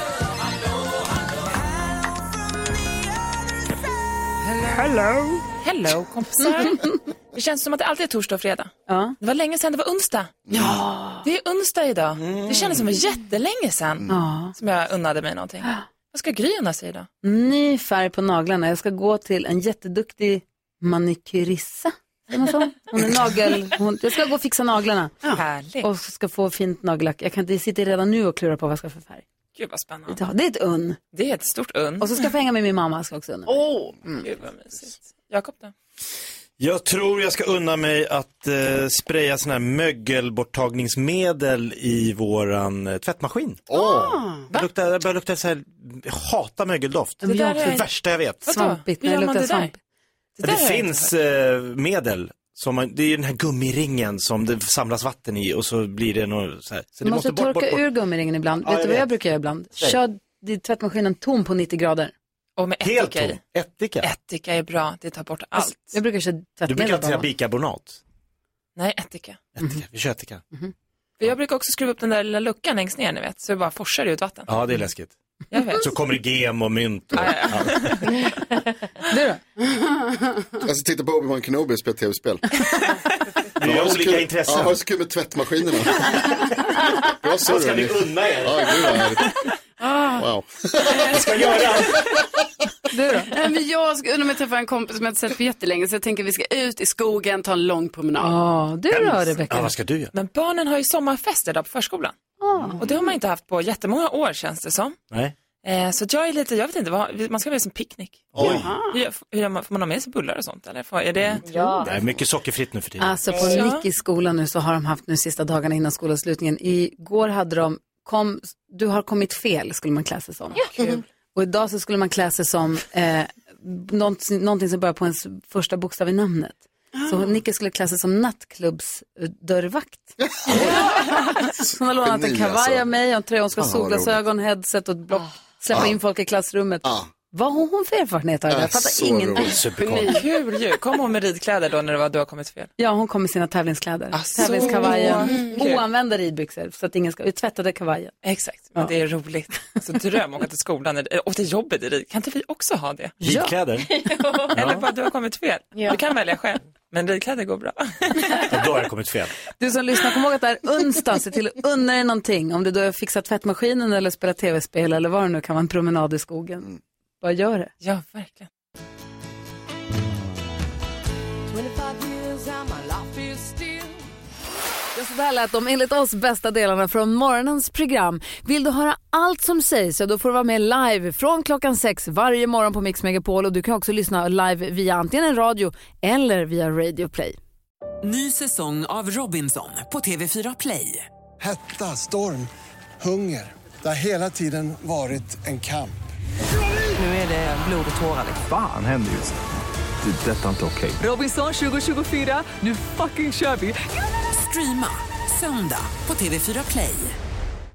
Hello kompisar. Det känns som att det alltid är torsdag och fredag. Ja. Det var länge sedan det var onsdag. Ja. Det är onsdag idag. Det kändes som jättelänge sedan som jag unnade mig någonting. Vad ska Gry unna sig idag? Ny färg på naglarna. Jag ska gå till en jätteduktig manikyrissa. Hon är jag ska gå och fixa naglarna. Härligt. Och ska få fint nagellack. Jag sitter redan nu och klurar på vad jag ska för färg. Gud vad spännande. Ja, det är ett unn. Det är ett stort unn. Och så ska jag få hänga med min mamma. Ska också unna. Gud vad mysigt. Jakob då? Jag tror jag ska unna mig att spraya sån här mögelborttagningsmedel i våran tvättmaskin. Det börjar lukta så här, jag hatar mögeldoft. Det är det värsta jag vet. Svampigt, när det luktar svamp. Det finns medel. Det är ju den här gummiringen som det samlas vatten i och så blir det något så här. Så du måste torka ur gummiringen ibland. Vet du vad jag brukar göra ibland? Kör tvättmaskinen tom på 90 grader. Och med ättika i. Ättika är bra, det tar bort allt. Jag brukar köra tvättmedel. Du brukar inte säga bikarbonat? Nej, ättika. Vi kör ättika. För jag brukar också skruva upp den där lilla luckan längst ner, ni vet. Så det bara forsar ut vatten. Ja, det är läskigt. Jag vet. Så kommer det gem och mynt. Och, Du då? Jag ska titta på Obi-Wan Kenobi och spela tv-spel. Vi har olika intressen. Ja, har så kul med tvättmaskinerna. Bra så. Vad ska ni unna er? Ja, gud vad härligt. Wow. Vad ska jag göra? Du då? Men jag ska unna mig träffa en kompis som jag inte sett på jättelänge. Så jag tänker att vi ska ut i skogen, ta en lång promenad. Du då, Rebecka? Vad ska du göra? Men barnen har ju sommarfest idag på förskolan. Och det har man inte haft på jättemånga år, känns det som. Nej. Så jag är lite, jag vet inte, man ska väl som picknick. Får man ha med sig bullar och sånt? Eller är det... Det är mycket sockerfritt nu för tiden. Alltså på Nickis skola nu så har de haft nu sista dagarna innan skolavslutningen. Igår hade de, du har kommit fel skulle man klä sig som. Kul. Och idag så skulle man klä sig som någonting som börjar på ens första bokstav i namnet. Så Nicke skulle klä sig som nattklubbsdörrvakt. Hon har lånat en kavaj av mig och en tröja. Hon ska ha solglasögon, headset och släppa in folk i klassrummet. Vad har hon för erfarenhet av det? Jag fattar ingenting. Kul ju. Kom hon med ridkläder då när du har kommit fel? Ja, hon kom med sina tävlingskläder. Tävlingskavajen. Oanvända ridbyxor så att ingen ska tvättade kavajen. Exakt, men det är roligt. Så dröm åka till skolan och till jobbet i rid. Kan inte vi också ha det? Ridkläder? Eller bara du har kommit fel. Du kan välja själv. Men ridkläder går bra. Då har jag kommit fel. Du som lyssnar, kom ihåg att det är onsdag. Se till att unna dig någonting. Om du då har fixat tvättmaskinen eller spelar tv-spel eller vad det nu kan vara, en promenad i skogen. Bara gör det. Ja, verkligen. Så där lät de enligt oss bästa delarna från morgonens program. Vill du höra allt som sägs så då får du vara med live från klockan 6 varje morgon på Mix Megapol. Och du kan också lyssna live via antingen en radio eller via Radio Play. Ny säsong av Robinson på TV4 Play. Hetta, storm, hunger. Det har hela tiden varit en kamp. Nu är det blod och tårar. Fan händer just det. Det är detta inte okej. Robinson 2024, nu fucking kör vi. Streama söndag på TV4 Play.